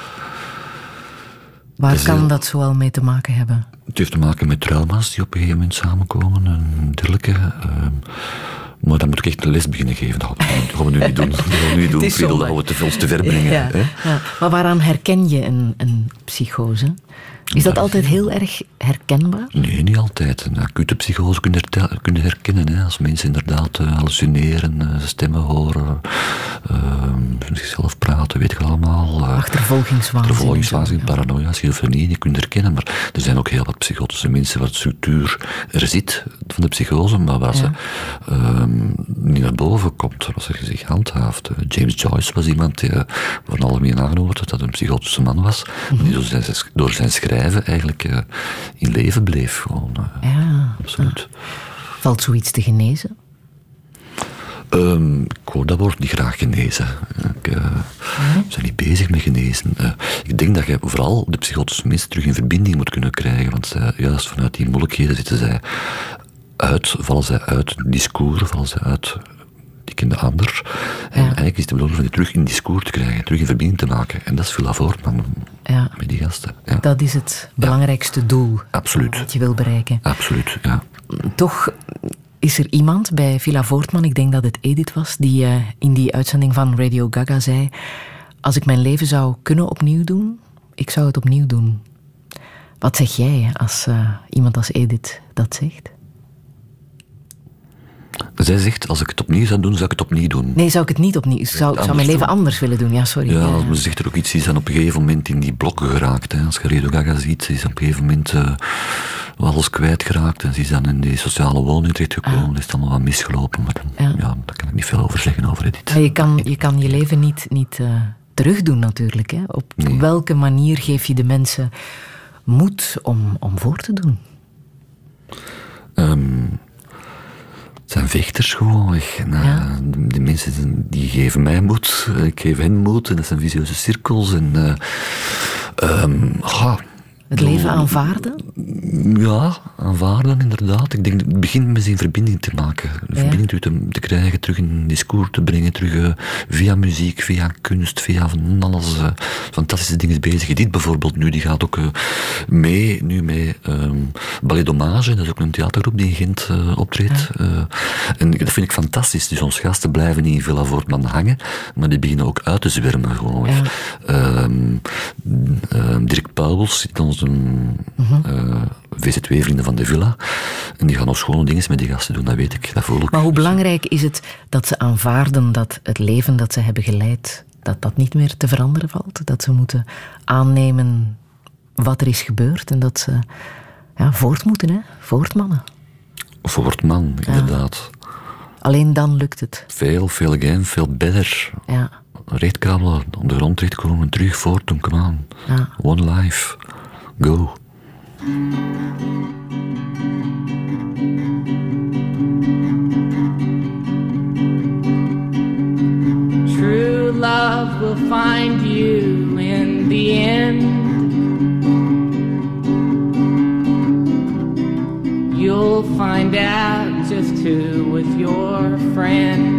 Waar kan dat zoal mee te maken hebben? Het heeft te maken met trauma's die op een gegeven moment samenkomen en dergelijke. Maar dan moet ik echt een les beginnen geven. Dat gaan we nu niet doen. Dat gaan we nu niet doen, Friedel. Dat gaan we te ver brengen. Ja. Maar waaraan herken je een psychose? Is dat altijd heel erg herkenbaar? Nee, niet altijd. Een acute psychose kun je herkennen. Hè. Als mensen inderdaad hallucineren, stemmen horen, zichzelf praten, weet ik allemaal. Achtervolgingswaanzin, paranoia, schizofrenie, je kunt herkennen. Maar er zijn ook heel wat psychotische mensen waar de structuur er zit van de psychose, maar waar ze niet naar boven komt, waar ze zich handhaaft. James Joyce was iemand waar alle mee aangenomen wordt dat dat een psychotische man was, die door zijn schrijven eigenlijk in leven bleef. Gewoon, absoluut. Valt zoiets te genezen? Ik hoor dat woord niet graag genezen. Ik ben niet bezig met genezen. Ik denk dat je vooral de psychotische mensen terug in verbinding moet kunnen krijgen, want juist vanuit die moeilijkheden vallen zij uit discours, vallen zij uit in de ander. En eigenlijk is de bedoeling van die terug in discours te krijgen, terug in verbinding te maken. En dat is Villa Voortman met die gasten. Ja. Dat is het belangrijkste doel. Absoluut. Dat je wil bereiken. Absoluut, ja. Toch is er iemand bij Villa Voortman, ik denk dat het Edith was, die in die uitzending van Radio Gaga zei: als ik mijn leven zou kunnen opnieuw doen, ik zou het opnieuw doen. Wat zeg jij als iemand als Edith dat zegt? Zij zegt, als ik het opnieuw zou doen, zou ik het opnieuw doen. Nee, zou ik het niet opnieuw. Ik zou mijn leven anders willen doen. Ja, sorry. Ja, maar ze zegt er ook iets, ze is dan op een gegeven moment in die blokken geraakt. Hè. Als je Radio Gaga ziet, ze is op een gegeven moment alles kwijtgeraakt. En ze is dan in die sociale woning terechtgekomen. Er is dan nog wat misgelopen. Maar daar kan ik niet veel over zeggen, over Edith. Je kan je leven niet terugdoen natuurlijk. Hè. Op welke manier geef je de mensen moed om voor te doen? Het zijn vechters gewoon. Die mensen die geven mij moed, ik geef hen moed. En dat zijn visieuze cirkels. En, het leven aanvaarden? Ja, aanvaarden inderdaad. Ik denk, het begint met in verbinding te maken. Verbinding te krijgen, terug in discours te brengen, terug via muziek, via kunst, via van alles fantastische dingen bezig. Dit bijvoorbeeld nu, die gaat ook mee Ballet d'Hommage, dat is ook een theatergroep die in Gent optreedt. En dat vind ik fantastisch. Dus onze gasten blijven niet in Villa Voortman hangen, maar die beginnen ook uit te zwermen gewoon. Dirk Pauwels zit ons VZW-vrienden van de Villa. En die gaan nog schone dingen met die gasten doen, dat weet ik, dat voel ik. Maar hoe belangrijk is het dat ze aanvaarden dat het leven dat ze hebben geleid, dat niet meer te veranderen valt? Dat ze moeten aannemen wat er is gebeurd en dat ze voort moeten, hè? Voortmannen. Voortman, inderdaad. Alleen dan lukt het. Veel again, veel better. Ja. Rechtkrabbelen, op de grond terechtkomen, terug voort doen, come on. Ja. One life. Go. True love will find you in the end. You'll find out just who was your friend.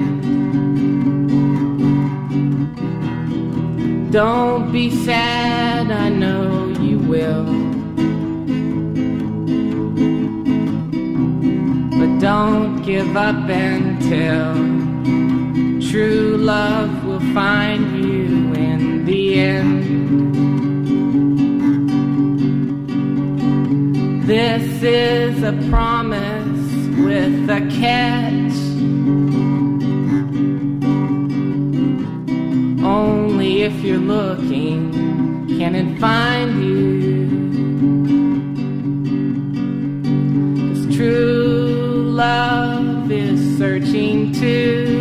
Don't be sad, I know you will. But don't give up until true love will find you in the end. This is a promise with a catch. Only if you're looking can it find you. 'Cause true love is searching too.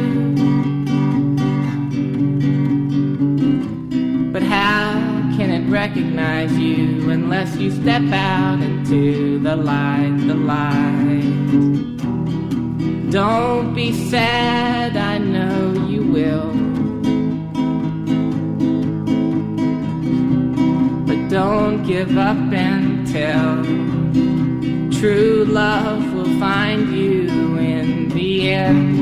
But how can it recognize you unless you step out into the light, the light? Don't be sad, I know you will. Don't give up until true love will find you in the end.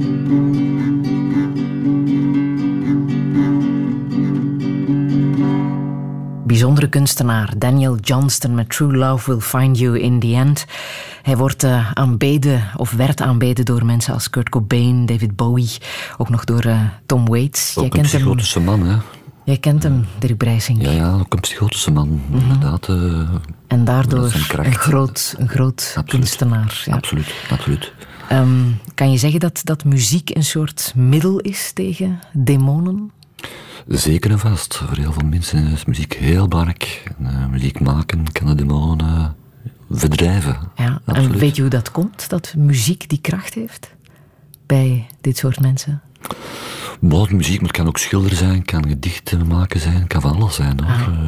Bijzondere kunstenaar Daniel Johnston met True Love Will Find You in the End. Hij wordt aanbeden, of werd aanbeden door mensen als Kurt Cobain, David Bowie, ook nog door Tom Waits. Ook een psychotische man, hè? Jij kent hem, Dirk Brijsink. Ja, ook een psychotische man, inderdaad. En daardoor een groot absoluut. kunstenaar. Ja. Absoluut. Kan je zeggen dat muziek een soort middel is tegen demonen? Zeker en vast. Voor heel veel mensen is muziek heel belangrijk. Muziek maken kan de demonen verdrijven. Ja, en weet je hoe dat komt, dat muziek die kracht heeft bij dit soort mensen? Muziek kan ook schilder zijn, kan gedichten maken zijn, kan van alles zijn.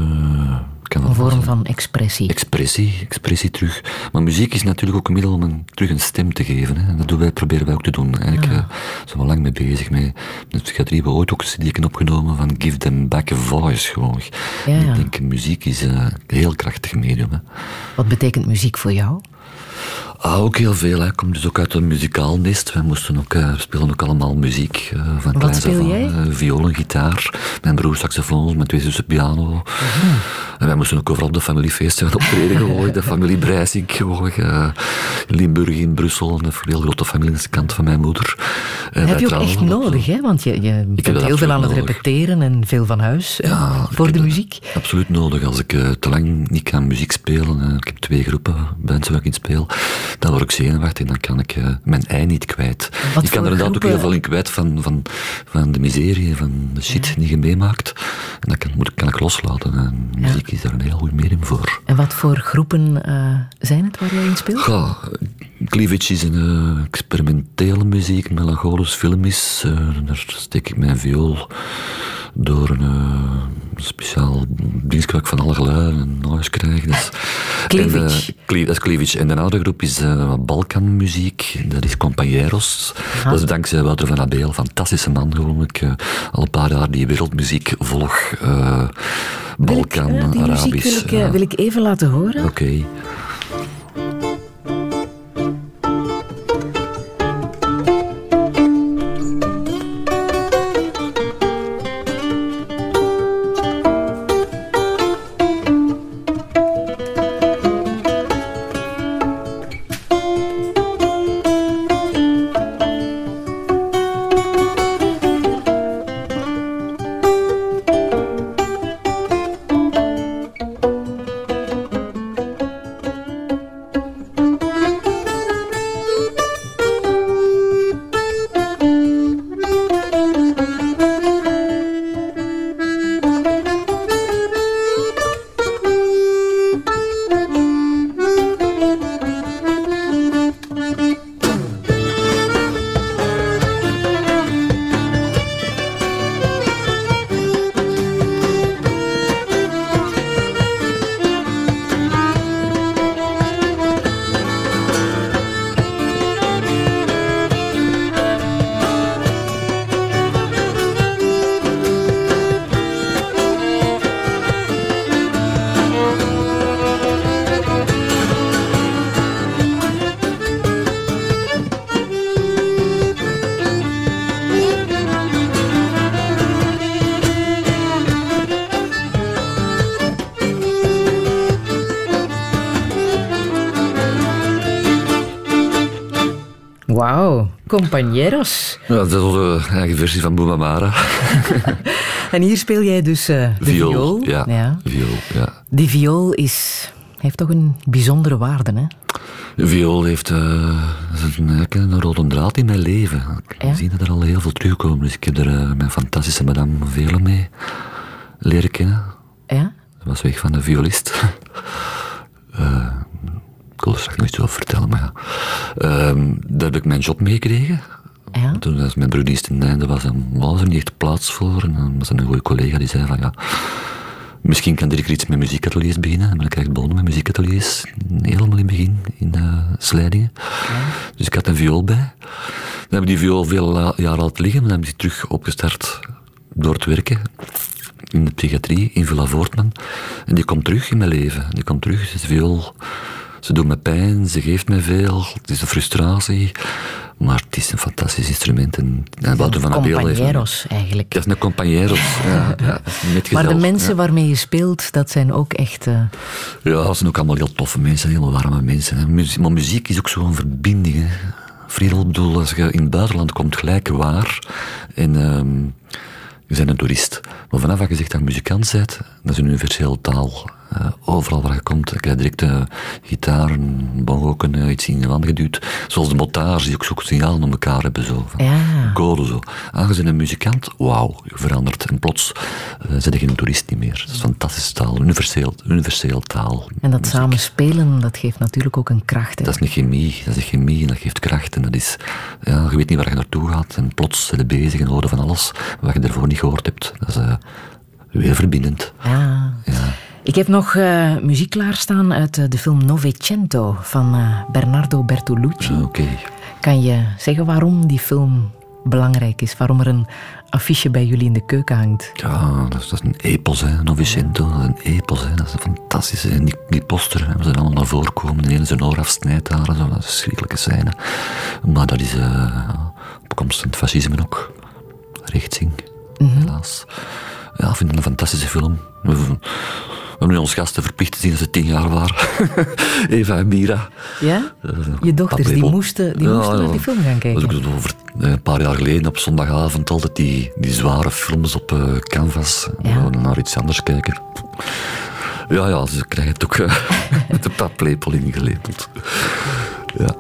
Een vorm van expressie. Expressie terug. Maar muziek is natuurlijk ook een middel om terug een stem te geven. Hè. En dat proberen wij ook te doen. Eigenlijk zijn we lang mee bezig. Met de psychiatrie hebben we ooit ook een CD opgenomen van Give Them Back a Voice. Gewoon. Ja. Ik denk, muziek is een heel krachtig medium. Hè. Wat betekent muziek voor jou? Ook heel veel. Hè. Ik kom dus ook uit een muzikaal nest. Wij spelen ook allemaal muziek. Van wat speel jij? Viool en gitaar. Mijn broer saxofoon, mijn 2 zussen piano. En wij moesten ook overal op de familiefeesten gaan optreden. Gewoon. De familie Brijsink. In Limburg, in Brussel. Een heel grote familie aan de kant van mijn moeder. Dat heb je ook echt nodig, hè? Want je bent heel veel aan het repeteren en veel van huis voor de muziek. Absoluut nodig. Als ik te lang niet kan muziek spelen, ik heb 2 groepen bands waar ik in speel, dan word ik zenuwachtig en dan kan ik mijn ei niet kwijt. Ik kan er inderdaad ook heel veel in kwijt van de miserie, van de shit die je meemaakt. En dat kan ik loslaten. En muziek is daar een heel goed medium voor. En wat voor groepen zijn het waar jij in speelt? Cleavage is een experimentele muziek, melancholisch filmisch. Daar steek ik mijn viool door een speciaal dienst waar ik van alle geluiden en noise krijg. Cleavage. Dat is Cleavage. En de andere groep is Balkanmuziek. Dat is Compañeros. Dat is dankzij Wouter van Abeel. Fantastische man gewoon. Ik al een paar jaar die wereldmuziek volg. Balkan, die Arabisch. muziek wil ik even laten horen. Oké. Wauw, Compañeros. Ja, dat is onze eigen versie van Boemamara. En hier speel jij dus de viool. Ja, viool, ja. Die viool heeft toch een bijzondere waarde, hè? De viool heeft een rode draad in mijn leven. Ik zie dat er al heel veel terugkomen. Dus ik heb er mijn fantastische madame Vele mee leren kennen. Ja? Dat was weg van de violist. Ik wil er straks nog iets over vertellen, maar ja. Daar heb ik mijn job meegekregen. Ja? Toen was mijn broerdienst in Einde, was er niet echt plaats voor. En dan was er een goede collega die zei van ja, misschien kan Dirk iets met muziekateliers beginnen. En dan krijg ik begonnen met muziekateliers, helemaal in het begin, in Slijdingen. Ja. Dus ik had een viool bij. Dan heb ik die viool veel jaar laten liggen, maar dan heb ik die terug opgestart door te werken. In de psychiatrie, in Villa Voortman. En die komt terug in mijn leven. Die komt terug, dus de viool, ze doet me pijn, ze geeft me veel. Het is een frustratie. Maar het is een fantastisch instrument. En Wouter van Abeel heeft... Compañeros, eigenlijk. Dat is een compañeros. Ja, maar de mensen waarmee je speelt, dat zijn ook echt... Ja, dat zijn ook allemaal heel toffe mensen, heel warme mensen. Hè. Maar muziek is ook zo'n verbinding. Hè. Friedel, bedoel, als je in het buitenland komt, gelijk waar. En je bent een toerist. Maar vanaf dat je zegt dat je muzikant bent, dat is een universele taal. Overal waar je komt, je krijgt direct gitaar, een bongo, iets in je hand geduwd. Zoals de motards die ook zo'n signalen om elkaar hebben. Zo. Code zo. Je bent een muzikant, wauw, je verandert. En plots zit je geen toerist niet meer. Dat is een fantastische taal, universeel taal. En dat samen spelen, dat geeft natuurlijk ook een kracht. Hè? Dat is een chemie en dat geeft kracht. En dat is, je weet niet waar je naartoe gaat. En plots ben je bezig en horen van alles wat je daarvoor niet gehoord hebt. Dat is weer verbindend. Ja. Ik heb nog muziek klaarstaan uit de film Novecento van Bernardo Bertolucci. Okay. Kan je zeggen waarom die film belangrijk is? Waarom er een affiche bij jullie in de keuken hangt? Ja, dat is een epos, hè. Novecento, een epos. Hè. Dat is een fantastische... En die poster, hè, we zijn allemaal naar voren komen. De ene zijn oor afsnijdt daar, zo. Dat is een schrikkelijke scène. Maar dat is opkomst van het fascisme ook. Richtzing, helaas. Ja, ik vind het een fantastische film. We hebben nu ons gasten verplicht te zien dat ze 10 jaar waren. Eva en Mira. Ja? Je dochters, die moesten naar die film gaan kijken. Dat was ook over een paar jaar geleden op zondagavond altijd die zware films op canvas. Ja. We naar iets anders kijken. Ja, ze krijgen het ook met een paplepel ingelepeld. Ja.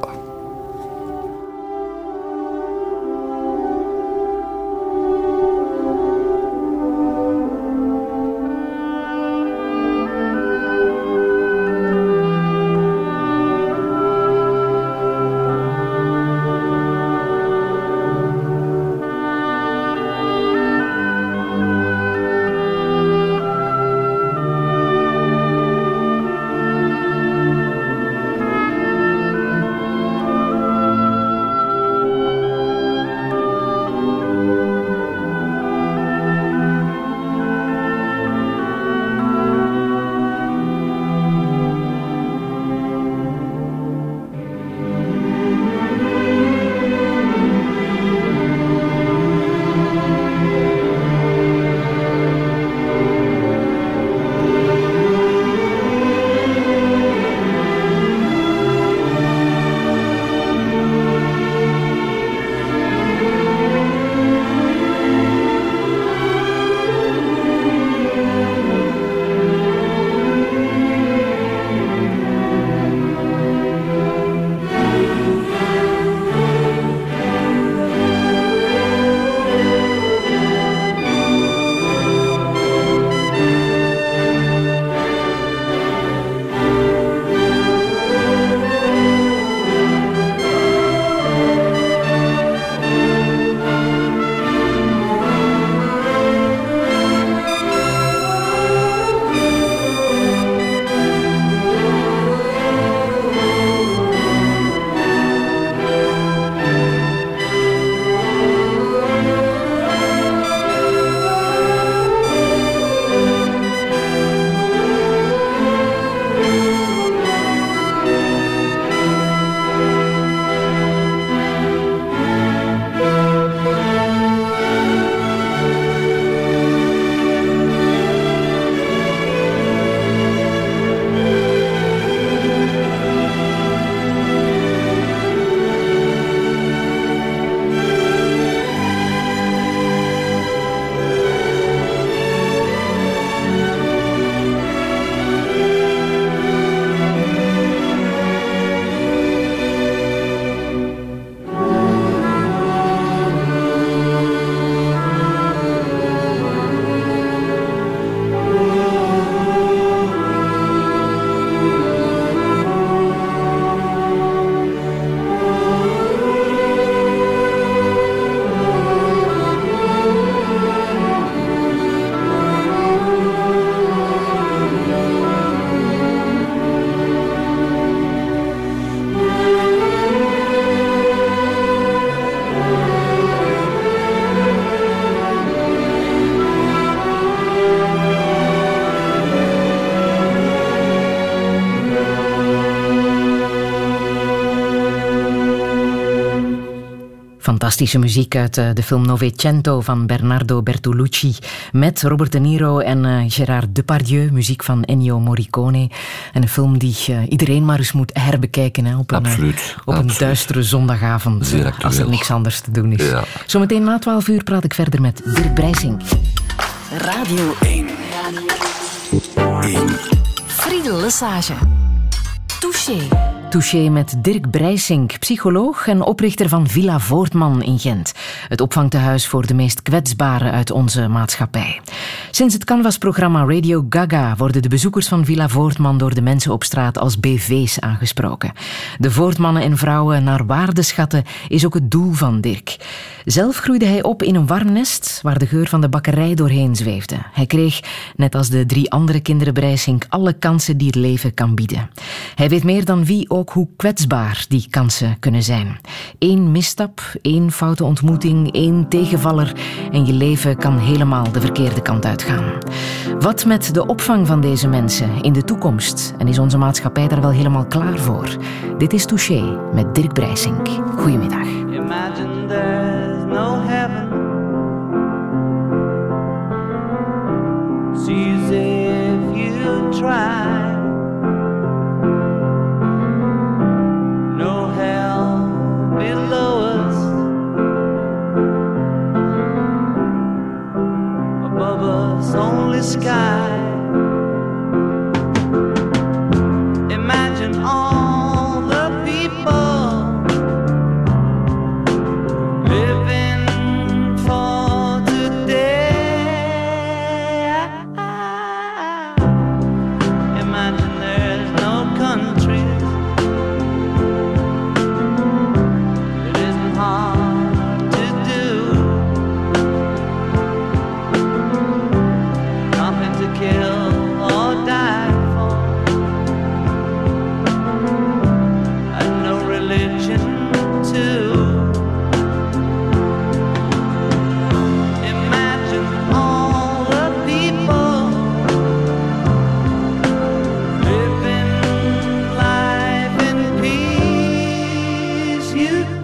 Fantastische muziek uit de film Novecento van Bernardo Bertolucci met Robert De Niro en Gérard Depardieu, muziek van Ennio Morricone. En een film die iedereen maar eens moet herbekijken hè, op een duistere zondagavond als er niks anders te doen is. Ja. Zometeen na 12 uur praat ik verder met Dirk Brijsink. Radio 1. Friedel Lesage. Touché. Touché met Dirk Brijsink, psycholoog en oprichter van Villa Voortman in Gent. Het opvangtehuis voor de meest kwetsbaren uit onze maatschappij. Sinds het Canvas-programma Radio Gaga worden de bezoekers van Villa Voortman door de mensen op straat als BV's aangesproken. De Voortmannen en vrouwen naar waarde schatten is ook het doel van Dirk. Zelf groeide hij op in een warm nest waar de geur van de bakkerij doorheen zweefde. Hij kreeg, net als de 3 andere kinderen Brijsink, alle kansen die het leven kan bieden. Hij weet meer dan wie ook hoe kwetsbaar die kansen kunnen zijn. 1 misstap, 1 foute ontmoeting, 1 tegenvaller en je leven kan helemaal de verkeerde kant uitgaan. Wat met de opvang van deze mensen in de toekomst? En is onze maatschappij daar wel helemaal klaar voor? Dit is Touché met Dirk Brijsink. Goedemiddag. Imagine there's no heaven. It's easy if you try. No hell below us. Above us only sky. Imagine all the people living for today. Imagine there's no countries. It isn't hard to do. Nothing to kill or die for. And no religion too. Imagine all the people living life in peace.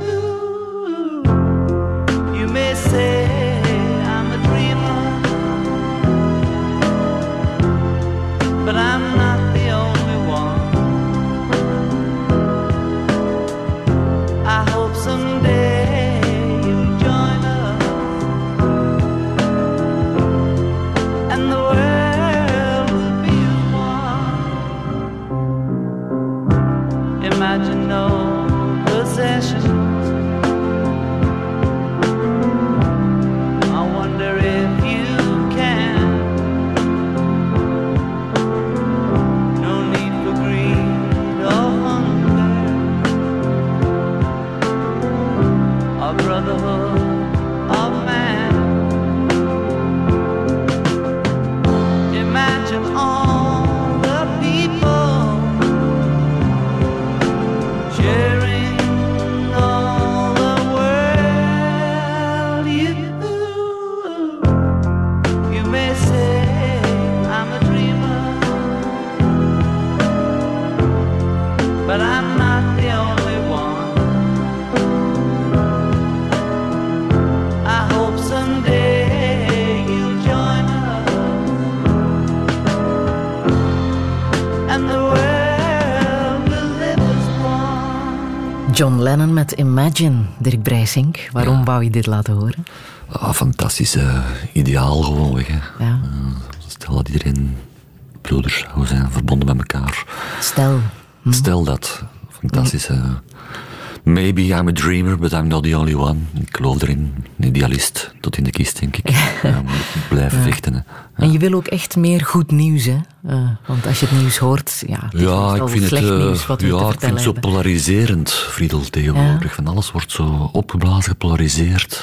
You may say I'm a dreamer, but I'm not the only one. I hope someday you'll join us and the world will be as one. Imagine no possessions. I wonder if you can. No need for greed or hunger, or brotherhood of man. Imagine all the people sharing all the world. You may say I'm a dreamer, but I'm not the only one. I hope someday you'll join us and the world will live as one. John Lennon met Imagine, Dirk Brijsink. Waarom wou je dit laten horen? Fantastisch ideaal gewoonweg. Hè. Ja. Stel dat iedereen broeders zou zijn, verbonden met elkaar. Stel dat. Fantastisch. Maybe I'm a dreamer, but I'm not the only one. Ik geloof erin. Een idealist tot in de kist, denk ik. Moet blijven vechten. Hè. En je wil ook echt meer goed nieuws, hè? Want als je het nieuws hoort, het is ik vind slecht nieuws wat we te vertellen ik vind het zo polariserend, Friedel, tegenwoordig. Van alles wordt zo opgeblazen, gepolariseerd,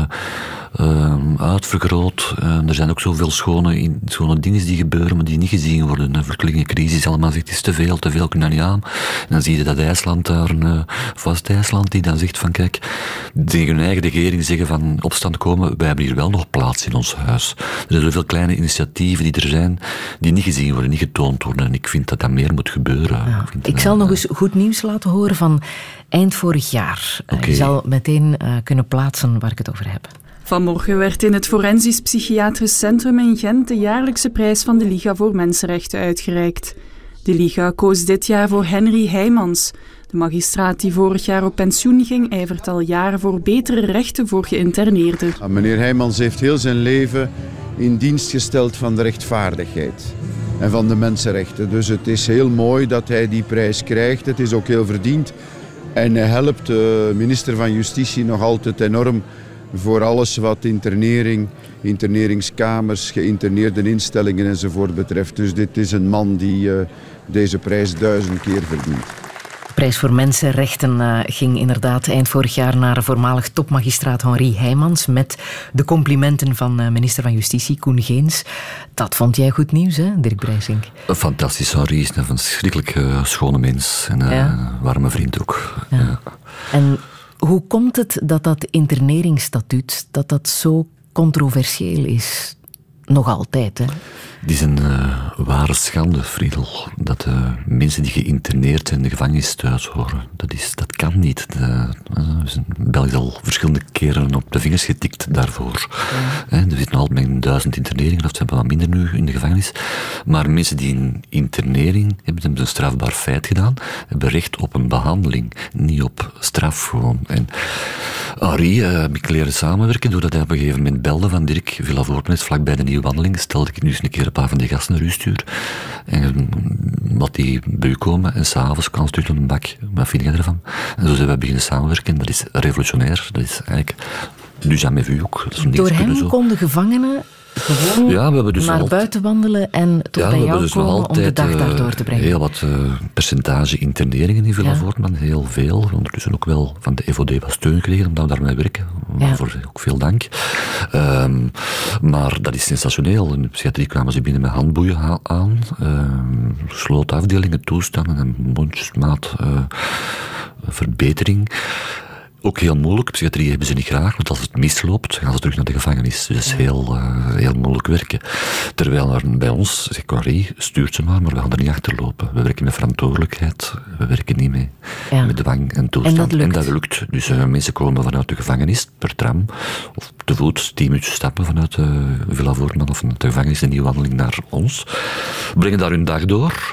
uitvergroot. Er zijn ook zoveel schone dingen die gebeuren, maar die niet gezien worden. Een vluchtelingencrisis, allemaal zegt, het is te veel, kunnen we niet aan. En dan zie je dat IJsland daar vast IJsland die dan zegt van kijk, tegen hun eigen regering zeggen van opstand komen, wij hebben hier wel nog plaats in ons huis. Er zijn zoveel kleine initiatieven die er zijn, die niet gezien worden, niet getoond worden. En ik vind dat dat meer moet gebeuren. Ja. Ik zal nog eens goed nieuws laten horen van eind vorig jaar. Je zal meteen kunnen plaatsen waar ik het over heb. Vanmorgen werd in het Forensisch Psychiatrisch Centrum in Gent de jaarlijkse prijs van de Liga voor Mensenrechten uitgereikt. De Liga koos dit jaar voor Henry Heijmans. De magistraat die vorig jaar op pensioen ging, ijvert al jaren voor betere rechten voor geïnterneerden. Meneer Heijmans heeft heel zijn leven in dienst gesteld van de rechtvaardigheid en van de mensenrechten. Dus het is heel mooi dat hij die prijs krijgt. Het is ook heel verdiend. En hij helpt de minister van Justitie nog altijd enorm voor alles wat internering, interneringskamers, geïnterneerde instellingen enzovoort betreft. Dus dit is een man die deze prijs 1000 keer verdient. De prijs voor mensenrechten ging inderdaad eind vorig jaar naar voormalig topmagistraat Henry Heijmans met de complimenten van minister van Justitie Koen Geens. Dat vond jij goed nieuws, hè, Dirk Brijsink? Fantastisch. Henry is een verschrikkelijk schone mens en warme vriend ook. Ja. Ja. En hoe komt het dat dat interneringsstatuut dat zo controversieel is? Nog altijd, hè? Het is een ware schande, Friedel, dat mensen die geïnterneerd zijn in de gevangenis thuis horen. Dat kan niet. België is al verschillende keren op de vingers getikt daarvoor. Ja. Er zitten altijd met 1000 interneringen, of ze hebben wat minder nu in de gevangenis. Maar mensen die een internering hebben een strafbaar feit gedaan, hebben recht op een behandeling, niet op straf gewoon. En Henri heb ik leren samenwerken, doordat hij op een gegeven moment belde van Dirk Villavoorde, vlak bij de nieuwe wandeling, stelde ik nu eens een keer een paar van die gasten naar u stuur. En wat die bij u komen, en s'avonds kan ze terug naar een bak. Wat vind jij ervan? En zo zijn we beginnen samenwerken. Dat is revolutionair. Dat is eigenlijk du jamais vu ook. Door hem konden gevangenen gewoon dus naar buiten wandelen en tot bij jou dus komen om de dag daardoor te brengen. Heel wat percentage interneringen in Villavoorde, heel veel. Ondertussen ook wel van de FOD wat steun gekregen omdat we daarmee werken. Waarvoor ook veel dank. Maar dat is sensationeel. In de psychiatrie kwamen ze binnen met handboeien aan. Gesloten afdelingen, toestanden en mondjesmaat verbetering. Ook heel moeilijk. Psychiatrie hebben ze niet graag, want als het misloopt, gaan ze terug naar de gevangenis. Dus dat is heel moeilijk werken. Terwijl er bij ons, zegt Henri, stuurt ze maar we gaan er niet achterlopen. We werken met verantwoordelijkheid, we werken niet met dwang en toestand. En dat lukt. Dus mensen komen vanuit de gevangenis per tram, of te voet, 10 minuten stappen vanuit Villavoorde of vanuit de gevangenis, een nieuwe wandeling naar ons. Brengen daar hun dag door.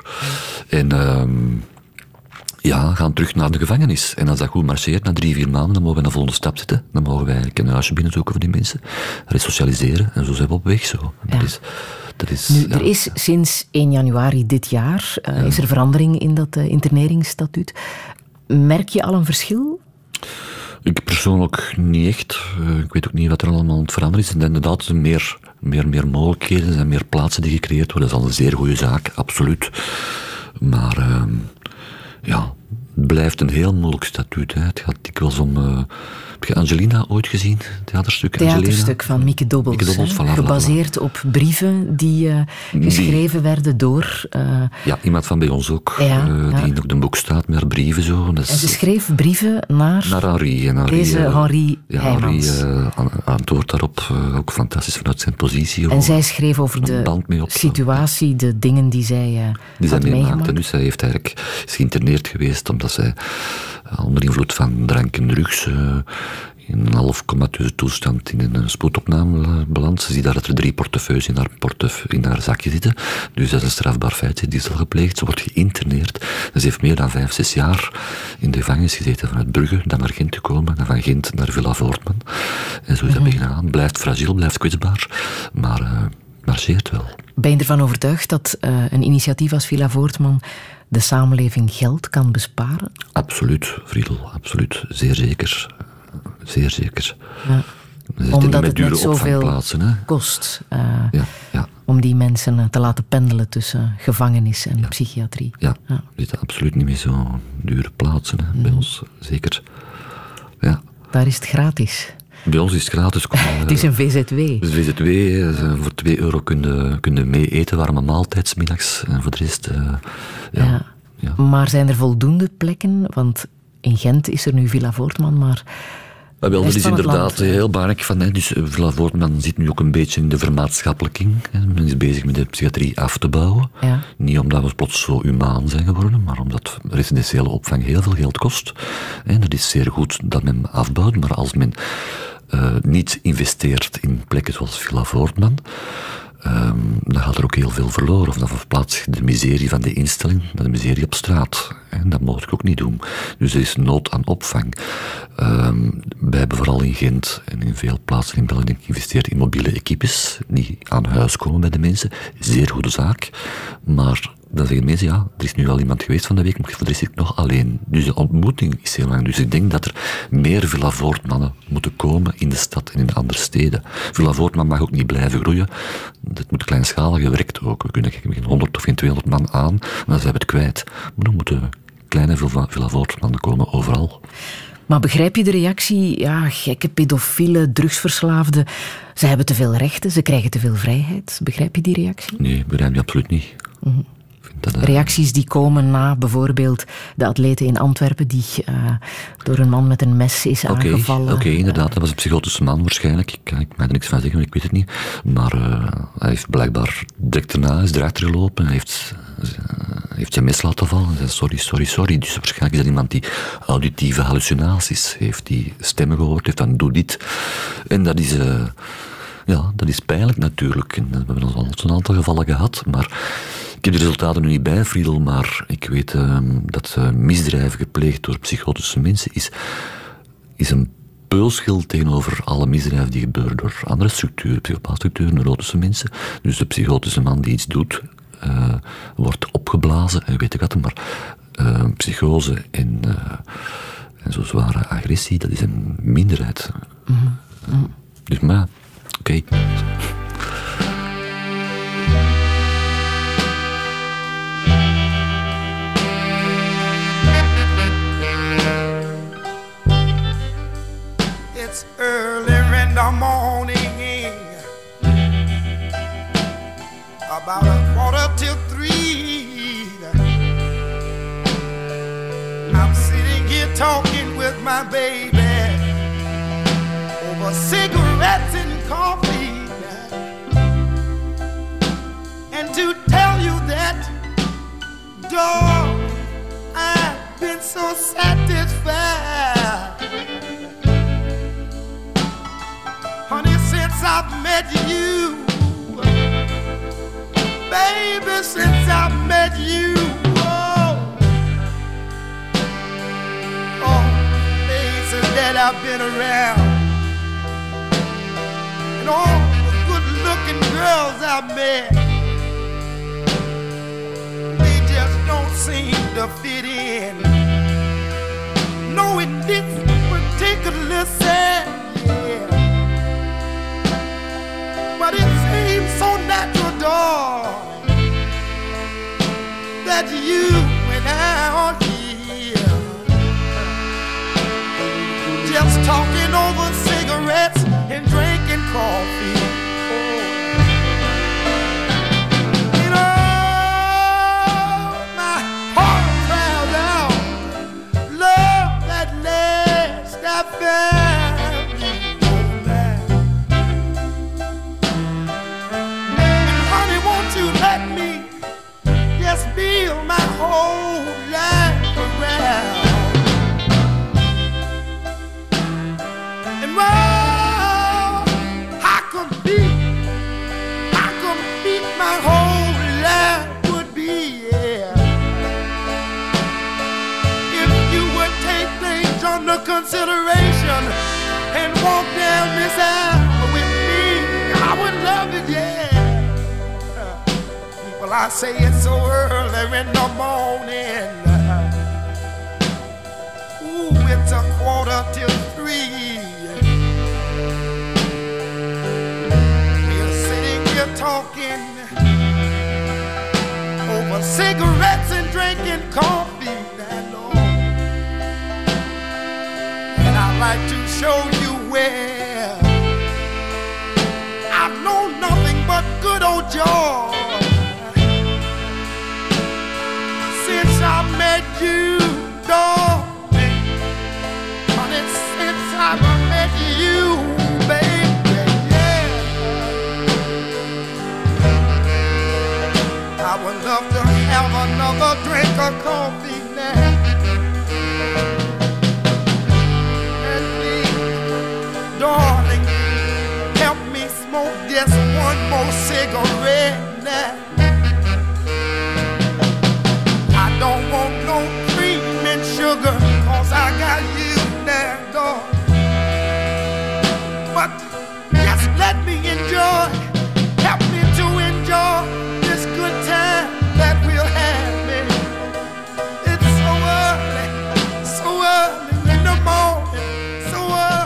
En gaan terug naar de gevangenis. En als dat goed marcheert, na 3-4 maanden, dan mogen we naar de volgende stap zetten. Dan mogen wij eigenlijk een huisje binnenzoeken voor die mensen. Resocialiseren. En zo zijn we op weg. Zo. Ja. Er is sinds 1 januari dit jaar is er verandering in dat interneringsstatuut. Merk je al een verschil? Ik persoonlijk niet echt. Ik weet ook niet wat er allemaal aan het veranderen is. En inderdaad, meer mogelijkheden, er zijn meer plaatsen die gecreëerd worden. Dat is al een zeer goede zaak, absoluut. Maar het blijft een heel moeilijk statuut. Hè. Het gaat dikwijls om... heb je Angelina ooit gezien? Theaterstuk van Mieke Dobbels. Gebaseerd op brieven die geschreven werden door... iemand van bij ons ook. Die in ook een boek staat met haar brieven. Zo. En ze schreef brieven naar Henri. Deze Henri Heijmans. Henri antwoordt daarop ook fantastisch vanuit zijn positie. En zij schreef over de situatie, de dingen die zij had meegemaakt. En dus zij heeft eigenlijk geïnterneerd geweest omdat zij onder invloed van drank en drugs in een half comateuze toestand in een spoedopname belandt. Ze ziet daar dat er 3 portefeuilles in haar zakje zitten. Dus dat is een strafbaar feit. Die is al gepleegd. Ze wordt geïnterneerd. Ze heeft meer dan 5-6 jaar in de gevangenis gezeten. Vanuit Brugge dan naar Gent gekomen. Dan van Gent naar Villavoorde. En zo is dat beginnen aan. Blijft fragiel, blijft kwetsbaar. Maar marcheert wel. Ben je ervan overtuigd dat een initiatief als Villavoorde de samenleving geld kan besparen? Absoluut, Friedel. Absoluut. Zeer zeker. Zeer zeker. Ja. Omdat het net zoveel kost om die mensen te laten pendelen tussen gevangenis en psychiatrie. Ja, we zitten absoluut niet meer zo dure plaatsen bij ons. Zeker. Ja. Daar is het gratis. Bij ons is het gratis. Het is een VZW. Dus VZW, voor €2 kun je mee eten, warme maaltijd 's middags. En voor de rest, Maar zijn er voldoende plekken? Want in Gent is er nu Villa Voortman, maar... Wel, dat is inderdaad heel belangrijk. Dus Villa Voortman zit nu ook een beetje in de vermaatschappelijking. Men is bezig met de psychiatrie af te bouwen. Ja. Niet omdat we plots zo humaan zijn geworden, maar omdat residentiële opvang heel veel geld kost. En dat is zeer goed dat men afbouwt, maar als men niet investeert in plekken zoals Villa Voortman, dan gaat er ook heel veel verloren. Of dan verplaatst je de miserie van de instelling naar de miserie op straat. En dat moet ik ook niet doen. Dus er is nood aan opvang. Wij hebben vooral in Gent en in veel plaatsen in België geïnvesteerd in mobiele equipes die aan huis komen bij de mensen. Zeer goede zaak. Maar dan zeggen mensen, ja, er is nu al iemand geweest van de week, maar voor de rest zit ik nog alleen. Dus de ontmoeting is heel lang. Dus ik denk dat er meer Villa Voortmannen moeten komen in de stad en in andere steden. Villa Voortman mag ook niet blijven groeien. Dat moet kleinschaliger werkt ook. We kunnen geen 100 of geen 200 man aan, en dan zijn we het kwijt. Maar dan moeten kleine Villa Voortmannen komen overal. Maar begrijp je de reactie? Ja, gekke pedofielen, drugsverslaafden. Ze hebben te veel rechten, ze krijgen te veel vrijheid. Begrijp je die reactie? Nee, begrijp je absoluut niet. Mm-hmm. Reacties die komen na bijvoorbeeld de atlete in Antwerpen die door een man met een mes is aangevallen. Oké, inderdaad. Dat was een psychotische man waarschijnlijk. Ik mag er niks van zeggen, ik weet het niet. Maar hij heeft blijkbaar direct daarna is erachter gelopen en heeft zijn mes laten vallen en zei sorry. Dus waarschijnlijk is dat iemand die auditieve hallucinaties heeft, die stemmen gehoord heeft van doe dit. En dat is... dat is pijnlijk natuurlijk. En we hebben al een aantal gevallen gehad, maar ik heb de resultaten nu niet bij, Friedel, maar ik weet dat misdrijven gepleegd door psychotische mensen is een peulschild tegenover alle misdrijven die gebeuren door andere structuren, psychopaatstructuren, neurotische mensen. Dus de psychotische man die iets doet, wordt opgeblazen, en weet ik wat, maar psychose en zo zware agressie, dat is een minderheid. Mm-hmm. Dus maar... Okay. It's early in the morning, about 2:45. I'm sitting here talking with my baby over cigarettes and coffee, and to tell you that, dog, I've been so satisfied, honey, since I've met you, baby, since I've met you, places that I've been around, all the good-looking girls I met, they just don't seem to fit in. No, in this particular set, yeah. But it seems so natural, darling, that you and I are here, just talking over cigarettes and drinking coffee. You know, my heart cries out, love at last I found you. And honey, won't you let me just build my whole life around? My whole life would be, yeah, if you would take things under consideration and walk down this aisle with me. I would love it, yeah. Well, I say it's so early in the morning. Ooh, it's 2:45. We're sitting here talking over cigarettes and drinking coffee, Lord. And I'd like to show you where I've known nothing but good old joy since I met you, darling. another drink of coffee now. And please, darling, help me smoke just one more cigarette now. I don't want no cream and sugar, 'cause I got you now, darling. But just let me enjoy, help me to enjoy this good time that we'll have, man. It's so early in the morning, so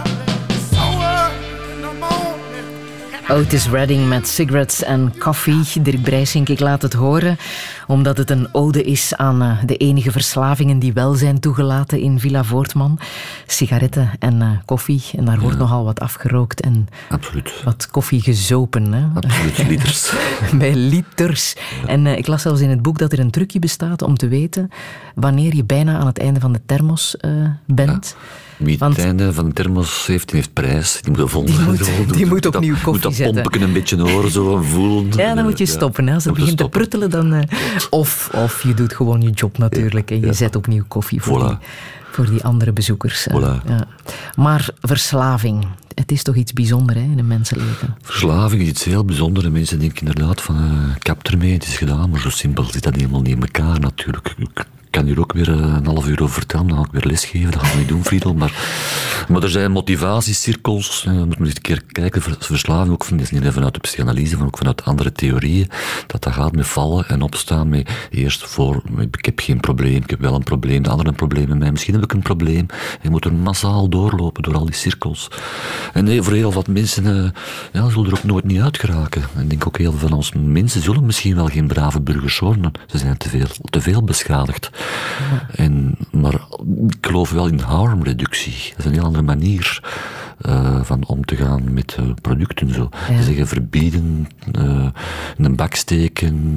early in the morning. Otis Redding met Cigarettes en Coffee. Dirk Brijsink, ik laat het horen omdat het een ode is aan de enige verslavingen die wel zijn toegelaten in Villa Voortman. Sigaretten en koffie. En daar wordt nogal wat afgerookt en absoluut. Wat koffie gezopen. Hè? Absoluut, liters. Bij liters. Ja. En ik las zelfs in het boek dat er een trucje bestaat om te weten wanneer je bijna aan het einde van de thermos bent. Ja. Wie het einde van de thermos heeft prijs. Die moet volgen. Die moet opnieuw koffie zetten. zetten. Moet dat pompen een beetje horen, zo voelen. Ja, dan moet je stoppen. Hè. Als het begint te pruttelen, dan... Of je doet gewoon je job natuurlijk. En je zet opnieuw koffie voor die andere bezoekers. Voilà. Ja. Maar verslaving, het is toch iets bijzonders in een mensenleven? Verslaving is iets heel bijzonders. En mensen denken inderdaad van, kap ermee, het is gedaan. Maar zo simpel zit dat helemaal niet in elkaar natuurlijk. Ik kan hier ook weer een half uur over vertellen, dan ga ik weer lesgeven, dat gaan we niet doen, Friedel. Maar er zijn motivatiecirkels, je moet eens een keer kijken, verslaving ook, dat is niet alleen vanuit de psychanalyse, maar ook vanuit andere theorieën, dat gaat met vallen en opstaan met eerst voor, ik heb geen probleem, ik heb wel een probleem, de andere een probleem met mij, misschien heb ik een probleem. Je moet er massaal doorlopen, door al die cirkels. En voor heel wat mensen zullen er ook nooit niet uit geraken. Ik denk ook heel veel van ons mensen zullen misschien wel geen brave burgers worden, ze zijn te veel beschadigd. Ja. Maar ik geloof wel in harmreductie. Dat is een heel andere manier van om te gaan met producten. Zo. Ja. Te zeggen, verbieden, in een bak steken.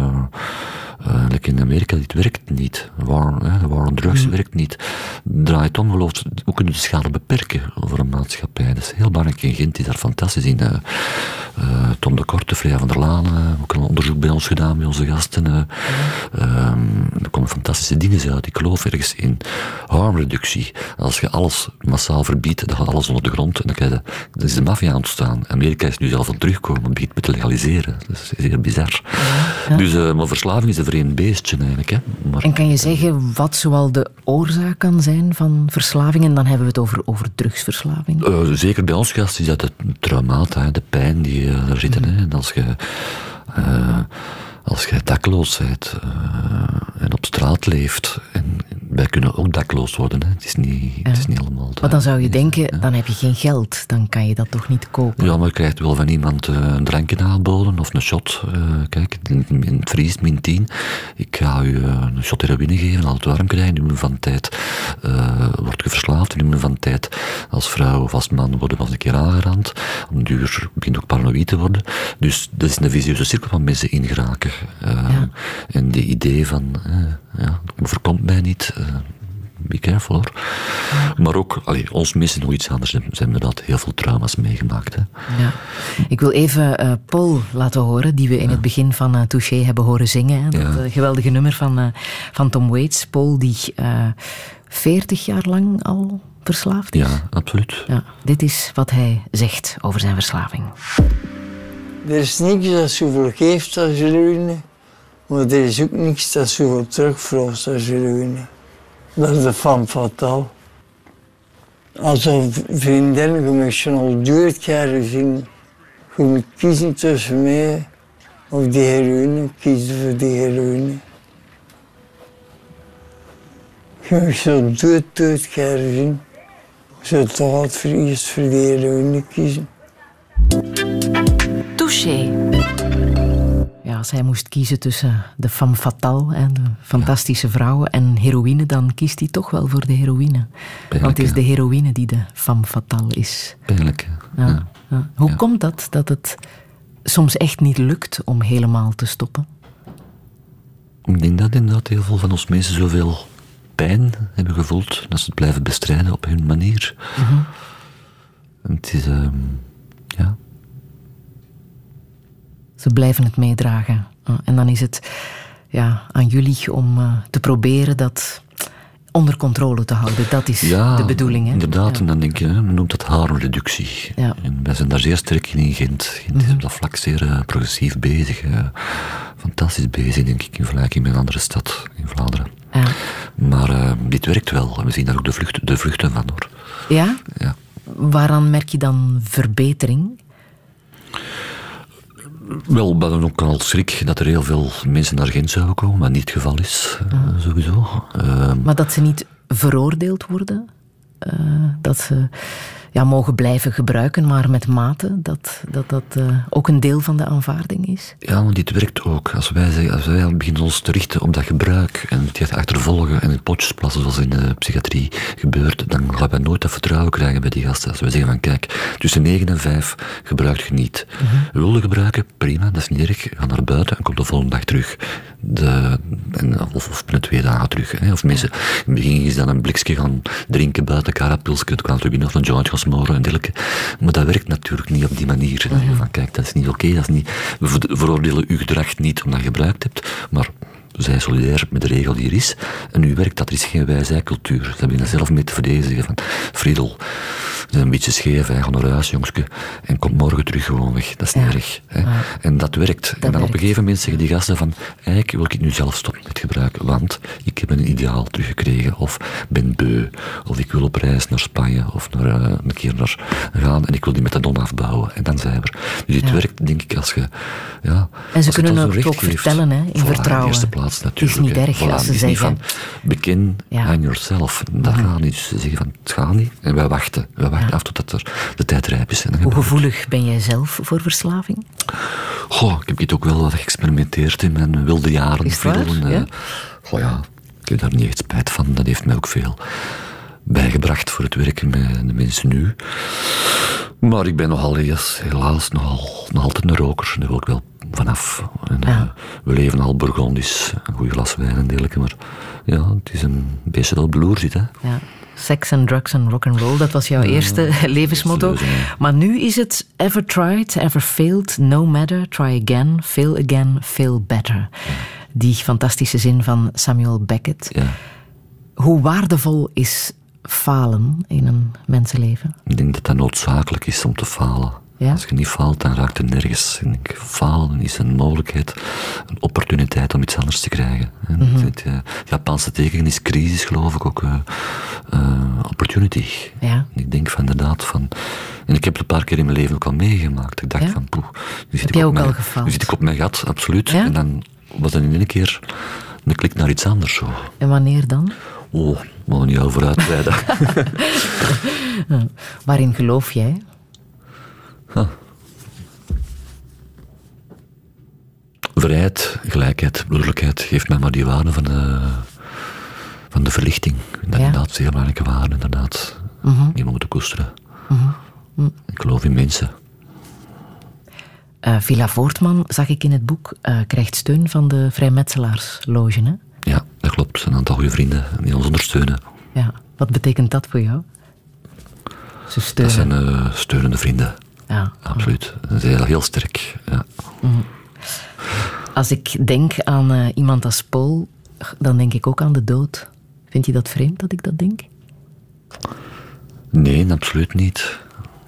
Like in Amerika, dit werkt niet. War on drugs werkt niet. Draai het om, geloof hoe kunnen we de schade beperken over een maatschappij. Dat is heel belangrijk. In Gent is daar fantastisch in. Tom de Korte, Freya van der Laan, ook een onderzoek bij ons gedaan, bij onze gasten. Er komen fantastische dingen uit. Ik geloof ergens in harmreductie. Als je alles massaal verbiedt, dan gaat alles onder de grond en dan is de maffia ontstaan. Amerika is nu zelf aan terugkomen, het begint met te legaliseren. Dat is zeer bizar. Ja. Dus, maar verslaving is een vreemd beestje eigenlijk. Hè. Maar, en kan je zeggen wat zoal de oorzaak kan zijn van verslaving? En dan hebben we het over drugsverslaving. Zeker bij ons gasten is dat het traumata, de pijn die er zitten. Hè. En als je dakloos bent en op straat leeft, en wij kunnen ook dakloos worden, hè. Het is niet allemaal... Maar dan zou je denken, dan heb je geen geld, dan kan je dat toch niet kopen? Ja, maar je krijgt wel van iemand een drankje aanboden of een shot. Kijk, in het vriest, min 10. Ik ga u een shot heroïne geven, al het warm krijgen. In van tijd word je verslaafd. In van tijd als vrouw of als man worden we eens een keer aangerand. Op een duur begint ook paranoïde te worden. Dus dat is een visieuze cirkel van mensen ingeraken. En die idee van, overkomt mij niet, be careful hoor. Maar ook, ons mensen nog iets anders. Ze hebben inderdaad heel veel trauma's meegemaakt. Hè. Ja. Ik wil even Paul laten horen, die we in het begin van Touché hebben horen zingen. Hè. Dat geweldige nummer van Tom Waits. Paul die 40 jaar lang al verslaafd is. Ja, absoluut. Ja, dit is wat hij zegt over zijn verslaving. Er is niks dat zoveel geeft als heroïne, maar er is ook niks dat zoveel terugvraagt als heroïne. Dat is de femme fatale. Als een vriendin, je moet je al duurt jaren zien, je moet kiezen tussen mij of die heroïne, kiezen voor die heroïne. Je moet zo dood jaren zien, je zou toch altijd eerst voor die heroïne kiezen. Touché. Ja, als hij moest kiezen tussen de femme fatale en de fantastische vrouwen en heroïne, dan kiest hij toch wel voor de heroïne. Pijnlijk, want het is de heroïne die de femme fatale is. Pijnlijk. Ja. Ja. Hoe komt dat het soms echt niet lukt om helemaal te stoppen? Ik denk dat inderdaad heel veel van ons mensen zoveel pijn hebben gevoeld dat ze het blijven bestrijden op hun manier. Mm-hmm. En het is, Ze blijven het meedragen. En dan is het aan jullie om te proberen dat onder controle te houden. Dat is de bedoeling. Hè? Inderdaad. En dan denk je, men noemt dat harmreductie. Ja. En wij zijn daar zeer sterk in Gent. Gent is op dat vlak zeer progressief bezig. Fantastisch bezig, denk ik, in vergelijking met een andere stad in Vlaanderen. Ja. Maar dit werkt wel. We zien daar ook de vruchten van, hoor. Ja? Ja. Waaraan merk je dan verbetering? Wel, we hadden ook al schrik dat er heel veel mensen naar Gent zouden komen, wat niet het geval is, sowieso. Maar dat ze niet veroordeeld worden? Dat ze mogen blijven gebruiken, maar met mate, dat ook een deel van de aanvaarding is? Ja, want dit werkt ook. Als wij beginnen ons te richten op dat gebruik en het achtervolgen en het potjes plassen zoals in de psychiatrie gebeurt, dan gaan wij nooit dat vertrouwen krijgen bij die gasten. Als wij zeggen van kijk, tussen 9 en 5 gebruikt je niet. Wil je gebruiken? Prima, dat is niet erg. Ga naar buiten en kom de volgende dag terug. Of binnen 2 dagen terug. Hè. Of mensen in het begin is dan een blikje gaan drinken buiten, karapilsje, het kwam terug binnen of een joint gaan smoren en dergelijke. Maar dat werkt natuurlijk niet op die manier. Dan van, kijk, dat is niet oké, dat is niet. We veroordelen uw gedrag niet omdat je gebruikt hebt, maar we zijn solidair met de regel die er is. En nu werkt dat, er is geen wij-zij-cultuur. Ze hebben er zelf mee te verdedigen van Friedel, ze zijn een beetje scheef, ga naar huis, jongske, en komt morgen terug gewoon weg. Dat is niet erg. Hè. En dat werkt. En dan op een gegeven moment zeggen die gasten van eigenlijk wil ik nu zelf stoppen met gebruiken, want ik heb een ideaal teruggekregen, of ben beu, of ik wil op reis naar Spanje, of naar, een keer naar gaan, en ik wil die metadon afbouwen. En dan zijn we er. Dus het werkt, denk ik, als je... Ja, en ze als kunnen het ook vertellen, hè, in vertrouwen. Eerste plaats, natuurlijk. Het is niet erg als ze zeggen... Van, beken aan yourself. Dat gaat niet. Dus ze zeggen van, het gaat niet. En wij wachten. Wij wachten af totdat er de tijd rijp is. Hoe gevoelig ben jij zelf voor verslaving? Goh, ik heb dit ook wel wat geëxperimenteerd in mijn wilde jaren. Is het waar? Goh ja, ik heb daar niet echt spijt van. Dat heeft mij ook veel bijgebracht voor het werken met de mensen nu. Maar ik ben helaas nog altijd een roker. Daar wil ik wel vanaf. En, we leven al Bourgondisch, een goed glas wijn en dergelijke. Maar ja, het is een beetje dat beloer zit. Hè. Ja. Sex and drugs and rock and roll, dat was jouw eerste levensmotto. Maar nu is het ever tried, ever failed, no matter, try again, fail better. Die fantastische zin van Samuel Beckett. Ja. Hoe waardevol is falen in een mensenleven? Ik denk dat dat noodzakelijk is om te falen. Ja? Als je niet faalt, dan raakt het nergens. En falen is een mogelijkheid, een opportuniteit om iets anders te krijgen. Het Japanse teken is crisis, geloof ik, ook opportunity. Ja. En ik denk van inderdaad van... En ik heb het een paar keer in mijn leven ook al meegemaakt. Ik dacht van, poeh, nu zit ik op mijn gat, absoluut. Ja? En dan was dat in één keer een klik naar iets anders. Zo. En wanneer dan? Oh, moet er niet over uitweiden. Waarin geloof jij? Vrijheid, gelijkheid, broederlijkheid geeft mij maar die waarde van de verlichting. Dat inderdaad zeer belangrijke waarde, inderdaad. Die we moeten koesteren. Ik geloof in mensen. Villa Voortman, zag ik in het boek, krijgt steun van de vrijmetselaarsloge, hè? Ja, dat klopt. Er zijn een aantal goede vrienden die ons ondersteunen. Ja. Wat betekent dat voor jou? Ze steunen. Dat zijn steunende vrienden. Ja. Absoluut. Dat is heel sterk. Ja. Als ik denk aan iemand als Paul, dan denk ik ook aan de dood. Vind je dat vreemd dat ik dat denk? Nee, absoluut niet.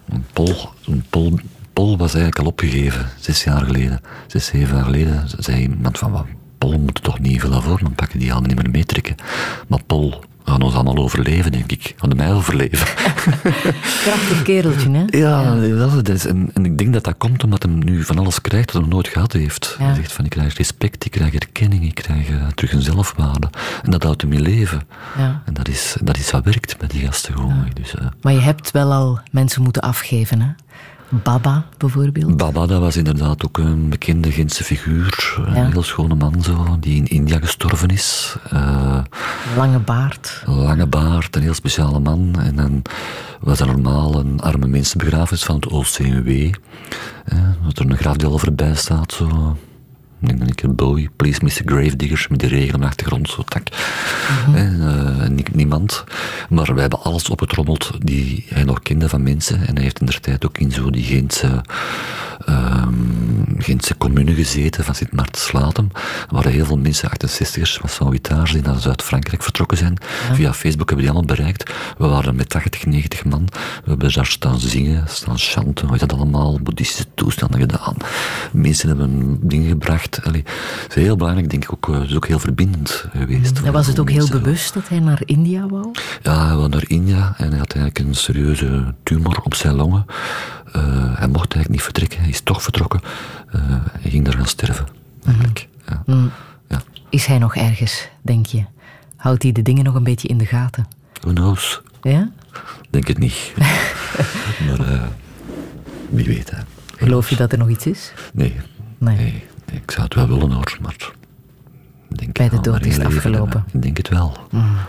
Paul was eigenlijk al opgegeven, 6 jaar geleden. 6, 7 jaar geleden zei iemand van, Paul moet toch niet veel voor, dan pakken die handen niet meer meetrekken. Maar Paul gaat ons allemaal overleven, denk ik. Gaat mij overleven. Krachtig kereltje, hè? Ja. Dat is, en ik denk dat dat komt omdat hij nu van alles krijgt dat hij nooit gehad heeft. Hij zegt van, ik krijg respect, ik krijg erkenning, ik krijg terug een zelfwaarde. En dat houdt hem in leven. Ja. En dat is wat werkt met die gasten gewoon. Ja. Dus, maar je hebt wel al mensen moeten afgeven, hè? Baba, bijvoorbeeld? Baba, dat was inderdaad ook een bekende Gentse figuur. Een heel schone man, zo, die in India gestorven is. Lange baard. Lange baard, een heel speciale man. En dan was er normaal een arme mensenbegrafenis van het OCMW. Dat er een grafdeel voorbij staat, zo... Ik denk dat ik Bowie, Please Mr. Gravediggers, met die regen op de achtergrond, zo tak. Niemand. Maar wij hebben alles opgetrommeld die hij nog kende van mensen. En hij heeft in de tijd ook in zo die Gentse Gentse commune gezeten van Sint-Maartenslatem. Er waren heel veel mensen, 68ers, van Saint-Witage, die naar Zuid-Frankrijk vertrokken zijn. Ja. Via Facebook hebben die allemaal bereikt. We waren met 80, 90 man. We hebben daar staan zingen, staan chanten. We hebben dat allemaal boeddhistische toestanden gedaan. Mensen hebben dingen gebracht. Allee, het is heel belangrijk, denk ik ook. Het is ook heel verbindend geweest. En was het ook heel bewust dat hij naar India wou? Ja, hij wou naar India en hij had eigenlijk een serieuze tumor op zijn longen. Hij mocht eigenlijk niet vertrekken, hij is toch vertrokken. Hij ging daar gaan sterven. Eigenlijk. Ja. Ja. Is hij nog ergens, denk je? Houdt hij de dingen nog een beetje in de gaten? Who knows? Ja? Denk het niet. Maar wie weet. Hè. Geloof je dat er nog iets is? Nee. Ik zou het wel willen hoor, maar... Denk bij de dood is het afgelopen. Ik denk het wel.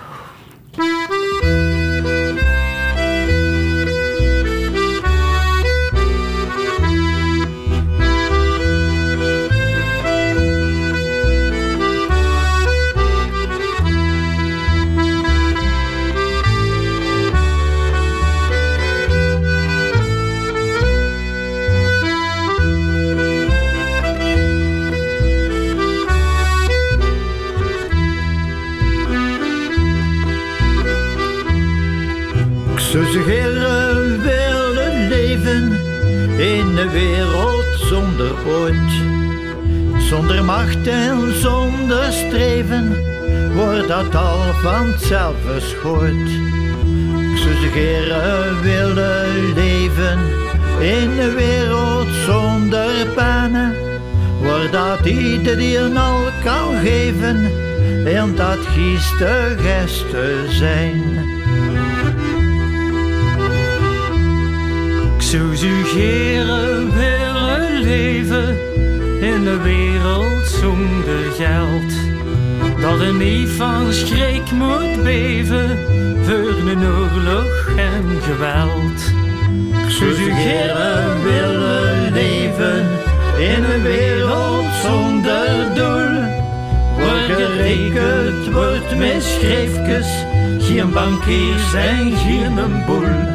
Zou ze geren willen leven in een wereld zonder ooit, zonder macht en zonder streven, wordt dat al vanzelf verschooid. Ik zou ze geren willen leven in een wereld zonder banen, waar dat ieder die al kan geven en dat gieste gesten zijn. Zou suggereren willen leven in een wereld zonder geld, dat er niet van schrik moet beven voor een oorlog en geweld. Zou suggereren willen leven in een wereld zonder doel, waar gerekend wordt met schriftjes, geen bankiers en geen boel.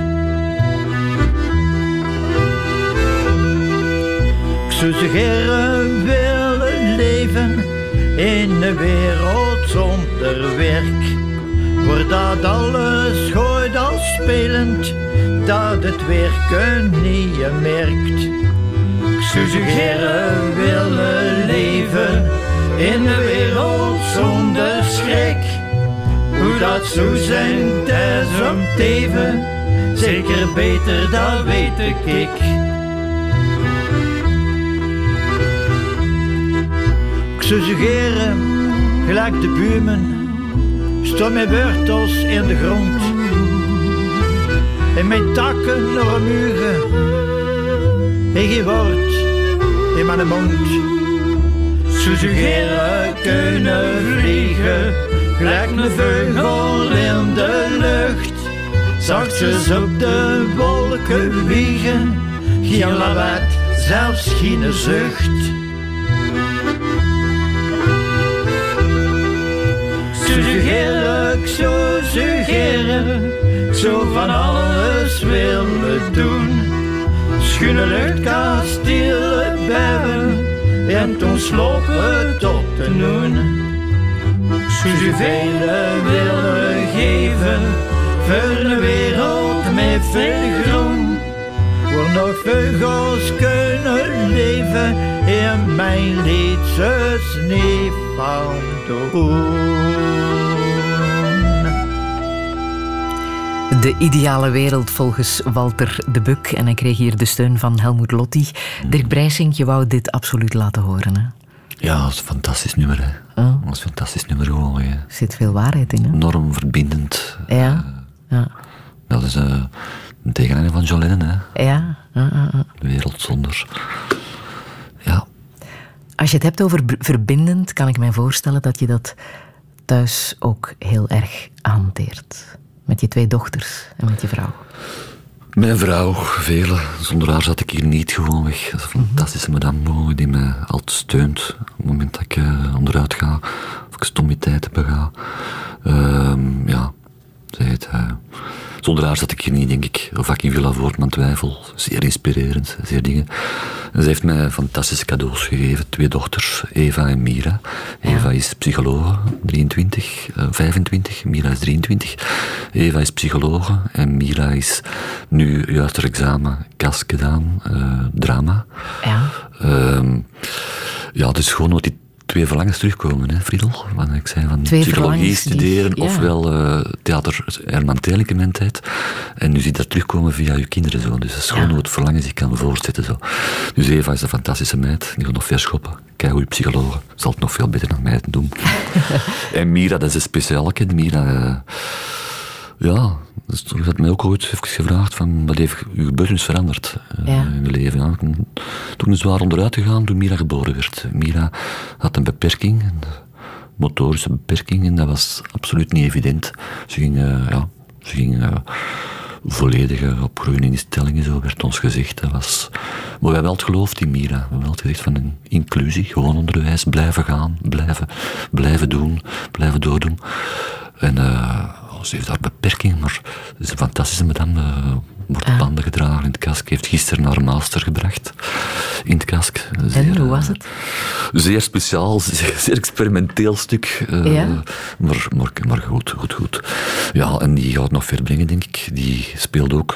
Zou ze geren willen leven in een wereld zonder werk, waar dat alles gooit als spelend, dat het werken niet je merkt. Zou ze geren willen leven in een wereld zonder schrik, hoe dat zou zijn, dat is om teven, zeker beter, dat weet ik. Ik zou suggereren, gelijk de buurman, stond met wortels in de grond en met takken naar een muren en geen woord in mijn mond. Zou suggereren kunnen vliegen, gelijk een vogel in de lucht, zachtjes op de wolken wiegen, geen lawaai, zelfs geen zucht. Ik zou suggereren, ik zou van alles willen doen. Schöne lucht, kastelen, bellen en toen slopen tot de noen. Ik zou zoveel willen geven voor een wereld met veel groen, waar nog vogels kunnen leven in mijn liedse sneeuw van de De ideale wereld volgens Walter de Buk. En hij kreeg hier de steun van Helmoet Lotti. Dirk Brijsink, je wou dit absoluut laten horen, hè? Ja, dat is een fantastisch nummer, hè. Dat is een fantastisch nummer gewoon, hè. Er zit veel waarheid in, hè? Enorm verbindend. Ja. Dat is een tegenhanger van John Lennon, hè. Ja. De wereld zonder... Ja. Als je het hebt over verbindend, kan ik mij voorstellen dat je dat thuis ook heel erg aanteert. Met je 2 dochters en met je vrouw. Mijn vrouw, vele. Zonder haar zat ik hier niet gewoon weg. Dat is een fantastische madame die mij altijd steunt. Op het moment dat ik onderuit ga. Of ik stommiteiten bega. Ja. Zij heet, zonder haar zat ik hier niet, denk ik. Of ik in Villa Voortman twijfel. Zeer inspirerend, zeer dingen. En zij heeft mij fantastische cadeaus gegeven. 2 dochters, Eva en Mira. Eva is psychologe, 25. Mira is 23. Eva is psychologe en Mira is nu juist haar examen KAS gedaan, drama. Ja, dus gewoon wat die 2 verlangens terugkomen, hè, Friedel. Want ik zei van psychologie studeren, ofwel theater Herman Telinkementheid. En nu zie je dat terugkomen via je kinderen zo. Dus dat is gewoon hoe het verlangen zich kan voortzetten zo. Dus Eva is een fantastische meid, die gaat nog verschoppen. Kijk, goede psycholoog, zal het nog veel beter dan mij doen. En Mira, dat is een speciale. Mira, dus je had mij ook ooit even gevraagd van wat heeft uw gebeurtenis veranderd in je leven. Ja, ik ben toen zwaar onderuit gegaan toen Mira geboren werd. Mira had een beperking, een motorische beperking, en dat was absoluut niet evident. Ze ging volledig opgroeien in instellingen, zo werd ons gezegd. Dat was, maar we hebben wel het geloofd in Mira. We hebben wel het gezegd van een inclusie, gewoon onderwijs, blijven gaan, blijven doen, blijven doordoen. En ze heeft haar beperking, maar ze is een fantastische madame. Wordt banden gedragen in het KASK. Heeft gisteren haar master gebracht in het KASK. En hoe was het? Zeer speciaal, zeer experimenteel stuk. Maar goed. Ja, en die gaat nog ver brengen, denk ik. Die speelt ook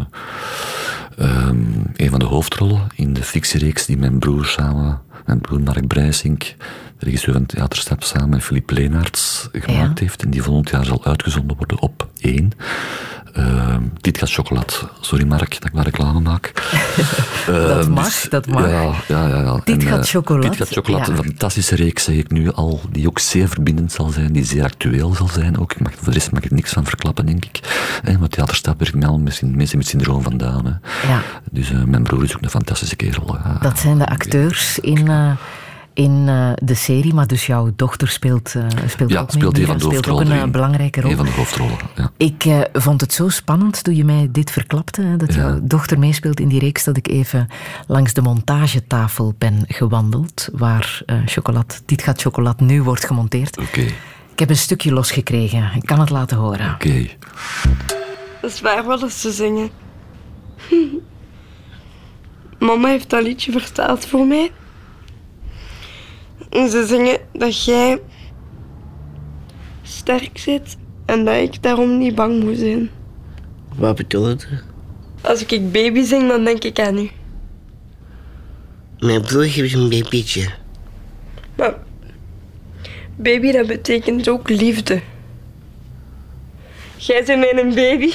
een van de hoofdrollen in de fictiereeks die mijn broer Mark Brijsink, de regisseur van Theaterstap, samen met Philippe Leenaerts gemaakt heeft. En die volgend jaar zal uitgezonden worden op 1. Dit gaat chocolade. Sorry Mark, dat ik maar reclame maak. Dat mag. Ja. Dit gaat chocolade. Dit gaat chocolade, een fantastische reeks, zeg ik nu al, die ook zeer verbindend zal zijn, die zeer actueel zal zijn. Ook, voor de rest mag ik er niks van verklappen, denk ik. Maar Theaterstap werkt met al mensen met syndroom van Down. Ja. Dus mijn broer is ook een fantastische kerel. Dat zijn de acteurs in de serie, maar dus jouw dochter speelt ook mee. Speelt een van de hoofdrollen. Speelt ook een belangrijke rol. Een van de hoofdrollen, ja. Ik vond het zo spannend toen je mij dit verklapte, dat jouw dochter meespeelt in die reeks, dat ik even langs de montagetafel ben gewandeld, waar Dit gaat chocolade nu wordt gemonteerd. Oké. Ik heb een stukje losgekregen. Ik kan het laten horen. Oké. Dat is waar wat ze zingen. Mama heeft dat liedje vertaald voor mij. En ze zingen dat jij sterk zit en dat ik daarom niet bang moet zijn. Wat bedoel je? Als ik baby zing, dan denk ik aan u. Mijn broertje is een babytje. Maar baby, dat betekent ook liefde. Jij bent mijn baby.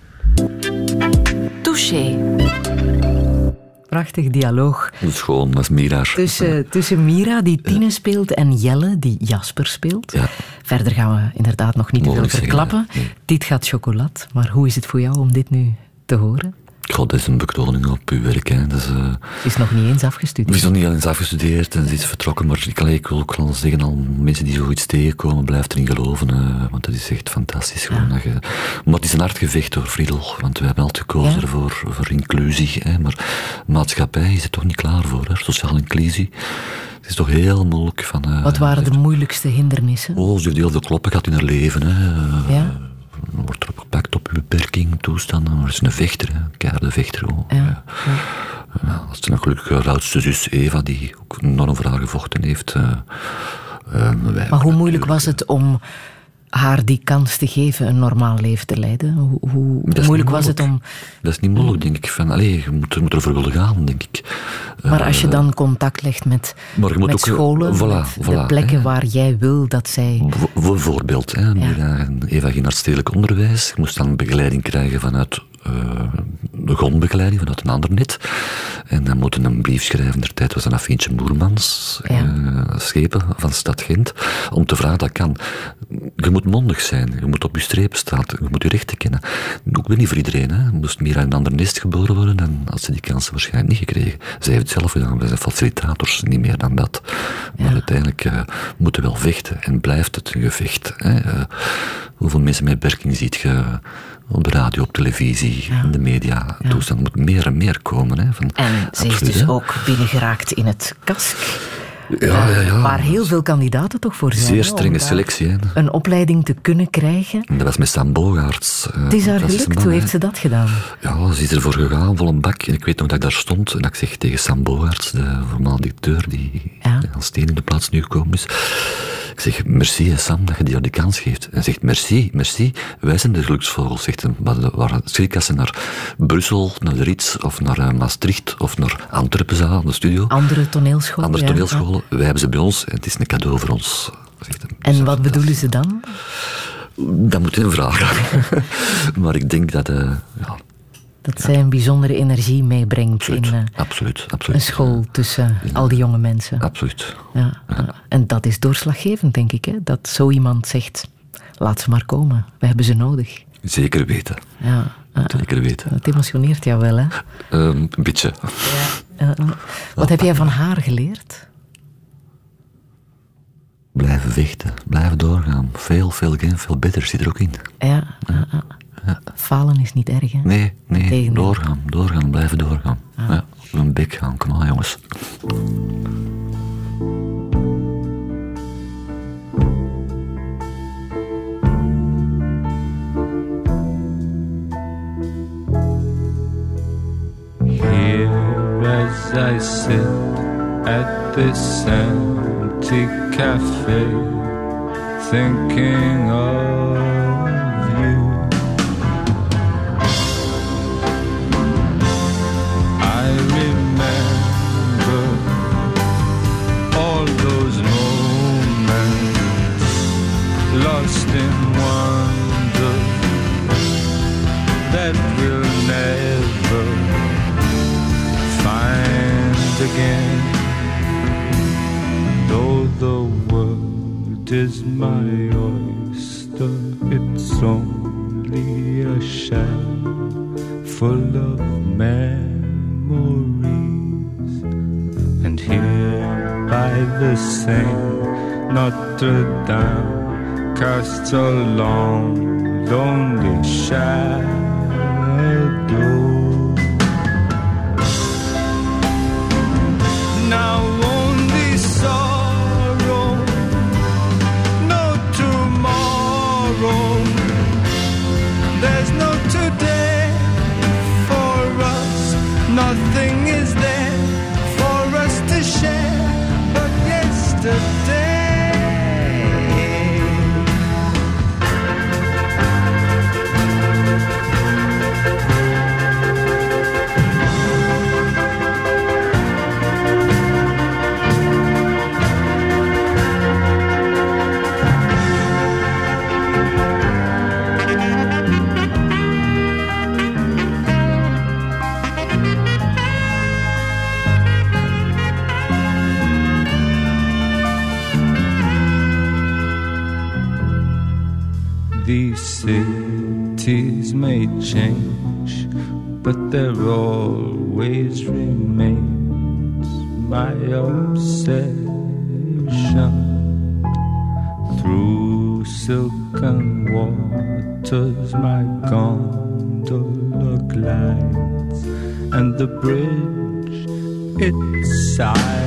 Touché. Prachtig dialoog. Dat is gewoon, dat is Mira. Tussen Mira, die Tine speelt, en Jelle, die Jasper speelt. Ja. Verder gaan we inderdaad nog niet te veel verklappen. Nee. Dit gaat chocolade. Maar hoe is het voor jou om dit nu te horen? God, dat is een bekroning op uw werk. Hè. Dat is nog niet eens afgestudeerd. Het is nog niet eens afgestudeerd en ze is vertrokken. Maar ik wil ook wel zeggen, al mensen die zoiets tegenkomen, blijf erin geloven. Want dat is echt fantastisch. Gewoon, maar het is een hard gevecht hoor, Friedel. Want we hebben altijd gekozen voor inclusie. Hè. Maar maatschappij is er toch niet klaar voor. Hè. Sociale inclusie. Het is toch heel moeilijk. Wat waren de moeilijkste hindernissen? Ze heeft heel veel kloppen gehad in haar leven. Hè. Dan wordt erop gepakt op je beperking, toestanden. Maar het is een vechter, een keiharde vechter. Dat is een gelukkige oudste zus Eva, die ook enorm voor haar gevochten heeft. Maar hoe moeilijk was het om haar die kans te geven een normaal leven te leiden? Hoe moeilijk was het om... Dat is niet moeilijk, denk ik. Je moet ervoor willen gaan, denk ik. Maar als je dan contact legt met scholen, met de plekken waar jij wil dat zij... Bijvoorbeeld, Eva ging naar het stedelijk onderwijs. Je moest dan begeleiding krijgen vanuit de grondbegeleiding, vanuit een ander net. En dan moeten een brief schrijven. In de tijd was dat Afientje Moermans, schepen van stad Gent, om te vragen, dat kan. Je moet mondig zijn, je moet op je strepen staan, je moet je rechten kennen. Ook niet voor iedereen. Hè. Moest Mira in een ander nest geboren worden, en had ze die kansen waarschijnlijk niet gekregen. Zij heeft het zelf gedaan, wij zijn facilitators, niet meer dan dat. Maar uiteindelijk moeten we wel vechten, en blijft het een gevecht. Hè. Hoeveel mensen met beperking ziet je op de radio, op televisie, in de media. Toestand moet meer en meer komen. Hè, en ze is dus ook binnengeraakt in het KASK. Waar heel veel kandidaten toch voor zijn. Zeer strenge selectie. Hè? Een opleiding te kunnen krijgen. Dat was met Sam Bogaerts. Het is haar gelukt. Hoe heeft ze dat gedaan? Ja, ze is ervoor gegaan, vol een bak. En ik weet nog dat ik daar stond en dat ik zeg tegen Sam Bogaerts, de voormalige directeur die als steen in de plaats nu gekomen is. Ik zeg, merci Sam dat je die kans geeft. En hij zegt, merci, wij zijn de geluksvogels. Zegt hij, waar schrik als ze naar Brussel, naar de Ritz of naar Maastricht of naar Antwerpen zaten, aan de studio. Andere toneelscholen. Wij hebben ze bij ons en het is een cadeau voor ons. Zegt hij. En wat bedoelen ze dan? Dat moet je hem vragen. Maar ik denk dat... dat zij een bijzondere energie meebrengt in absoluut. een school tussen al die jonge mensen. Absoluut. Ja. En dat is doorslaggevend, denk ik. Hè? Dat zo iemand zegt, laat ze maar komen. We hebben ze nodig. Zeker weten. Zeker weten. Het emotioneert jou wel, hè? Een beetje. Wat heb jij van haar geleerd? Blijven vechten, blijven doorgaan. Veel beter zit er ook in. Ja. Falen is niet erg, hè? Nee, doorgaan, blijven doorgaan. Ja, een bek gaan, kom maar jongens. Here as I sit at this empty cafe, thinking of you. I remember all those moments lost in wonder that we'll never find again. Though the world is my oyster, it's only a shell full of memories. And here by the Seine, Notre Dame casts a long, lonely shadow. Now only sorrow, no tomorrow. There's no today for us. Nothing is there for us to share but yesterday. These cities may change, but there always remains my obsession. Through silken waters my gondola glides, and the bridge it sighs.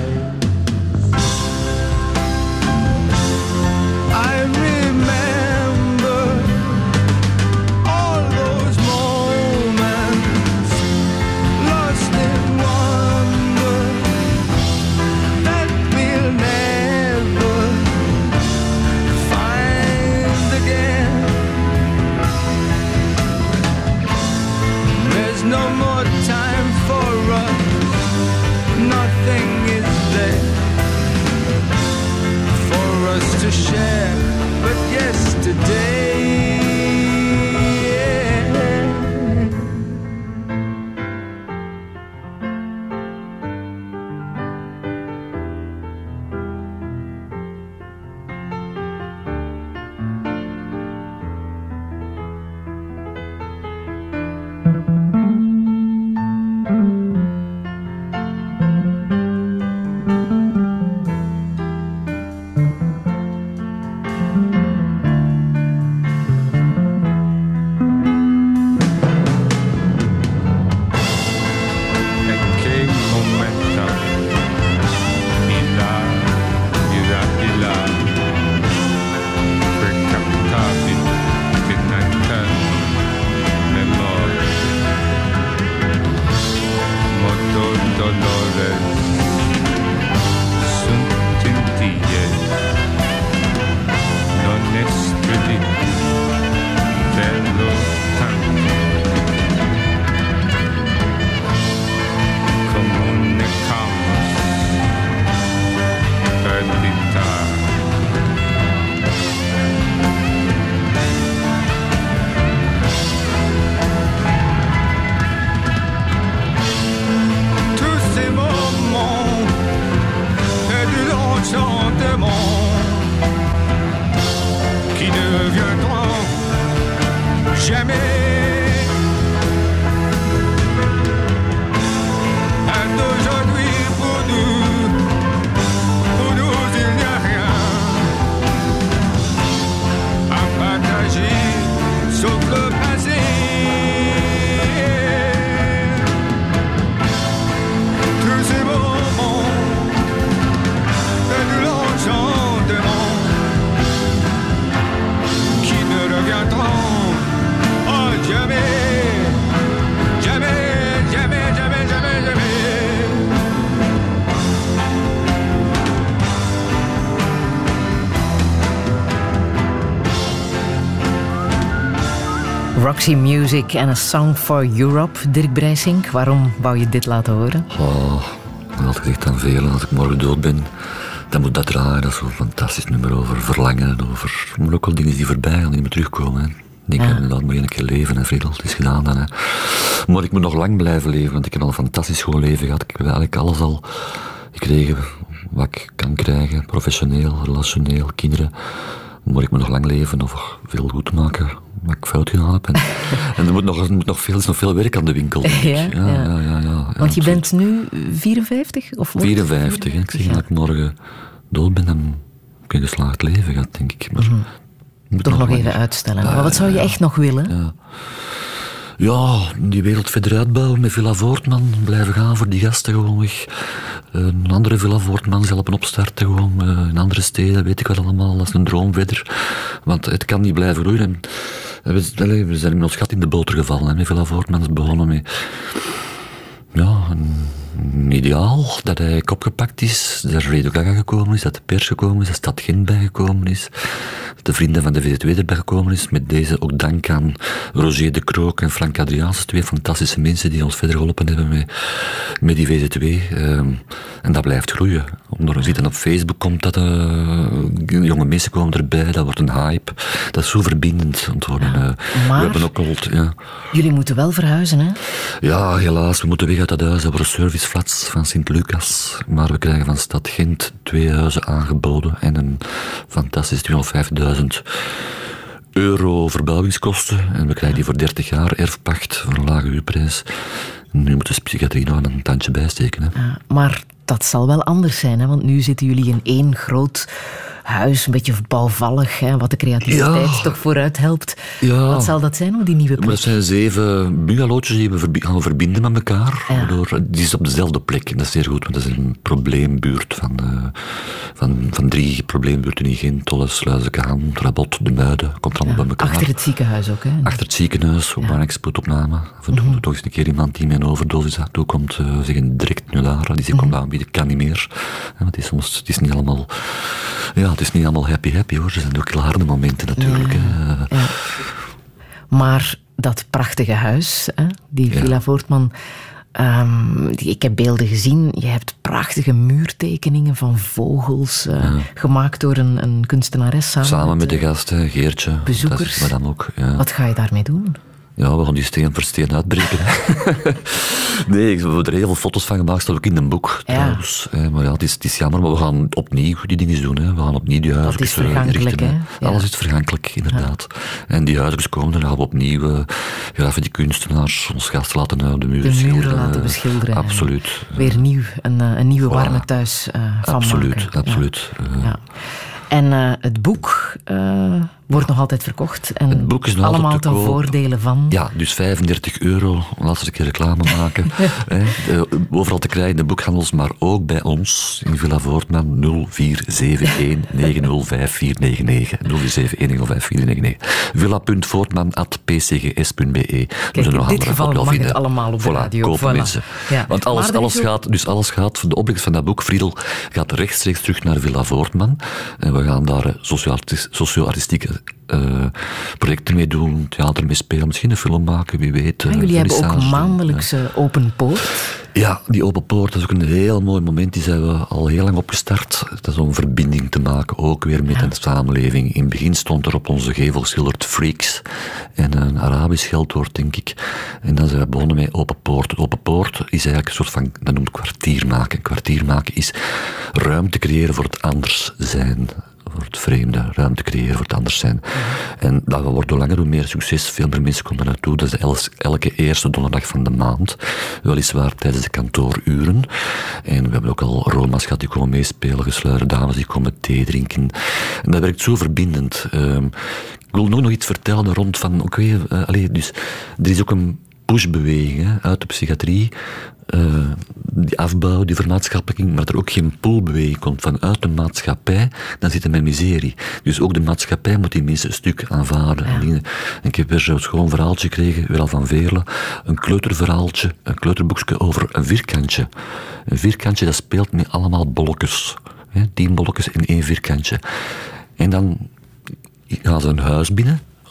To share, but yesterday. Roxy Music en A Song for Europe. Dirk Brijsink, waarom wou je dit laten horen? Ik had gezegd aan velen, als ik morgen dood ben, dan moet dat draaien. Dat is zo'n fantastisch nummer over verlangen, maar ook wel dingen die voorbij gaan, die niet meer terugkomen. Hè. Ik denk, inderdaad, moet je een keer leven, en Friedel, het is gedaan dan. Hè. Maar ik moet nog lang blijven leven, want ik heb al een fantastisch gewoon leven gehad. Ik heb eigenlijk alles al gekregen wat ik kan krijgen, professioneel, relationeel, kinderen. Maar ik moet nog lang leven of veel goed maken wat ik fout gedaan heb. En er moet nog veel werk aan de winkel, denk ik. Ja, want je bent nu 54? Of 54, hè. Ik zeg dat ik morgen dood ben, dan heb ik een geslaagd leven gehad, denk ik. Maar toch nog even uitstellen. Maar wat zou je echt nog willen? Ja, die wereld verder uitbouwen met Villa Voortman. Blijven gaan voor die gasten gewoon weg. Een andere Villa Voortman helpen opstarten gewoon. In andere steden, weet ik wat allemaal. Dat is een droom verder. Want het kan niet blijven groeien. We zijn met ons gat in de boter gevallen. Hè. Met Villa Voortman is begonnen met... Ja, een ideaal dat hij opgepakt is, dat Radio Gaga gekomen is, dat de pers gekomen is, dat Stad Gent bijgekomen is, dat de vrienden van de VZ2 erbij gekomen is. Met deze ook dank aan Roger de Krook en Frank Adriaanse, twee fantastische mensen die ons verder geholpen hebben met die VZ2. En dat blijft groeien. Omdat we zien op Facebook komt dat jonge mensen komen erbij, dat wordt een hype. Dat is zo verbindend aan het worden. Maar we hebben ook al, jullie moeten wel verhuizen, hè? Ja, helaas. We moeten weg uit dat huis. Dat worden serviceflats van Sint-Lucas. Maar we krijgen van Stad Gent 2 huizen aangeboden en een fantastisch 250.000 euro verbouwingskosten. En we krijgen die voor 30 jaar erfpacht voor een lage huurprijs. Nu moet de psychiatrie nog een tandje bijsteken. Hè. Maar dat zal wel anders zijn, hè? Want nu zitten jullie in één groot huis, een beetje bouwvallig, hè? Wat de creativiteit toch vooruit helpt. Ja. Wat zal dat zijn, die nieuwe plek? Dat zijn 7 bungalootjes die we gaan verbinden met elkaar. Waardoor, die is op dezelfde plek. En dat is zeer goed, want dat is een probleembuurt van 3 probleembuurten in Gent, Tolle, Sluizenkaan, Rabot, De Muiden. Komt allemaal bij elkaar. Achter het ziekenhuis ook, hè? Achter het ziekenhuis, ook een spoedopname. Af en toe toch eens een keer iemand die met een overdosis naartoe komt, zeggen direct nu daar, die zich komt aanbieden, kan niet meer. Want het is niet allemaal... Ja, het is niet allemaal happy hoor. Er zijn ook heel harde momenten natuurlijk. Ja. Maar dat prachtige huis, hè, die Villa Voortman... ik heb beelden gezien. Je hebt prachtige muurtekeningen van vogels, gemaakt door een kunstenares. Samen met de gasten, Geertje. Bezoekers. Maar dan ook, Wat ga je daarmee doen? Ja, we gaan die steen voor steen uitbreken. Nee, we hebben er heel veel foto's van gemaakt, staat ook in een boek trouwens. Maar ja, het is jammer, maar we gaan opnieuw die dingen doen. Hè. We gaan opnieuw die huizen richten. Dat is vergankelijk, hè? Ja. Alles is vergankelijk, inderdaad. Ja. En die huizen komen, dan gaan we opnieuw graven die kunstenaars ons gasten laten de muren schilderen. Laten beschilderen. Absoluut. Weer nieuw, een nieuwe warme thuis van maken. Absoluut. Ja. En het boek wordt nog altijd verkocht. En het boek is nog allemaal altijd te ten koop. voordele van... Ja, dus €35. Laten we een keer reclame maken. Overal te krijgen in de boekhandels, maar ook bij ons in Villa Voortman 0471905499. 0471905499. villa.voortman@pcgs.be. Kijk, in dit geval mag het allemaal op de radio. Kopen mensen. Ja. Want alles gaat, de opbrengst van dat boek, Friedel, gaat rechtstreeks terug naar Villa Voortman. En we gaan daar socio-artistieke projecten mee doen, theater mee spelen, misschien een film maken, wie weet. Jullie hebben ook maandelijkse open poort. Ja, die open poort, dat is ook een heel mooi moment. Die zijn we al heel lang opgestart. Dat is om verbinding te maken, ook weer met de samenleving. In het begin stond er op onze gevel geschilderd freaks en een Arabisch scheldwoord, denk ik. En dan zijn we begonnen met open poort. Open poort is eigenlijk een soort van, dat noemt kwartier maken. Kwartier maken is ruimte creëren voor het anders zijn. Voor het vreemde, ruimte creëren voor het anders zijn. En dat wordt hoe langer hoe meer succes. Veel meer mensen komen naartoe. Dat is elke eerste donderdag van de maand. Weliswaar tijdens de kantooruren. En we hebben ook al Roma's gehad die komen meespelen, gesluierde dames die komen thee drinken. En dat werkt zo verbindend. Ik wil nog iets vertellen rond van... dus er is ook een pushbeweging uit de psychiatrie. Die afbouw, die vermaatschappelijking, maar er ook geen poolbeweging komt vanuit de maatschappij, dan zit er met miserie. Dus ook de maatschappij moet die mensen een stuk aanvaarden. Ja. Ik heb weer zo'n schoon verhaaltje gekregen, weer al van Veerle, een kleuterverhaaltje, een kleuterboekje over een vierkantje. Een vierkantje, dat speelt met allemaal bolletjes. 10 bolletjes in 1 vierkantje. En dan gaan ze een huis binnen,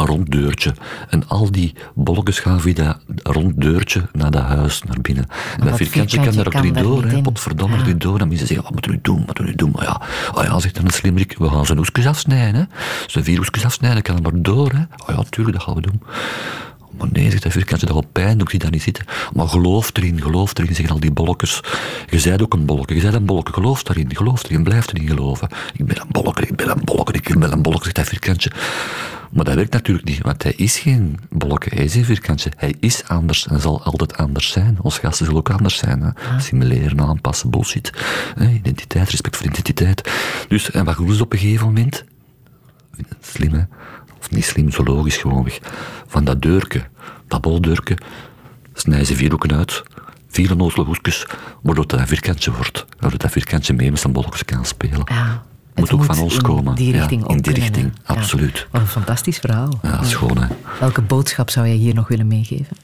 een rond deurtje. En al die bolletjes gaan via dat rond deurtje naar dat huis, naar binnen. En dat vierkantje kan daar ook niet door, hè. Potverdomme, er niet door. Dan mensen zeggen, wat moeten we doen? Maar ja, zegt dan een slimmerik, we gaan zijn hoesjes afsnijden, hè. Zijn 4 hoesjes afsnijden, kan er maar door, hè. Oh ja, tuurlijk, dat gaan we doen. Maar nee, zegt dat vierkantje, dat wel pijn, ik zie dat niet zitten. Maar geloof erin, zeggen al die bolletjes. Je zijt ook een bolletje, geloof daarin, blijf erin geloven. Ik ben een bolletje, zegt dat vierkantje. Maar dat werkt natuurlijk niet, want hij is geen bolletje, hij is een vierkantje. Hij is anders en zal altijd anders zijn. Onze gasten zullen ook anders zijn. Hè? Simuleren, aanpassen, bullshit. Identiteit, respect voor identiteit. Dus, en wat doen ze op een gegeven moment? Slim, hè? Of niet slim, zo logisch gewoonweg. Van dat deurke, dat boldeurke, snijden ze 4 hoeken uit, 4 onnozele hoekjes, waardoor dat een vierkantje wordt. Waardoor dat vierkantje mee met zijn bolletjes kan spelen. Ja, moet ook van ons komen. Die richting in die richting, absoluut. Ja. Wat een fantastisch verhaal. Ja, dat is gewoon, hè. Welke boodschap zou jij hier nog willen meegeven?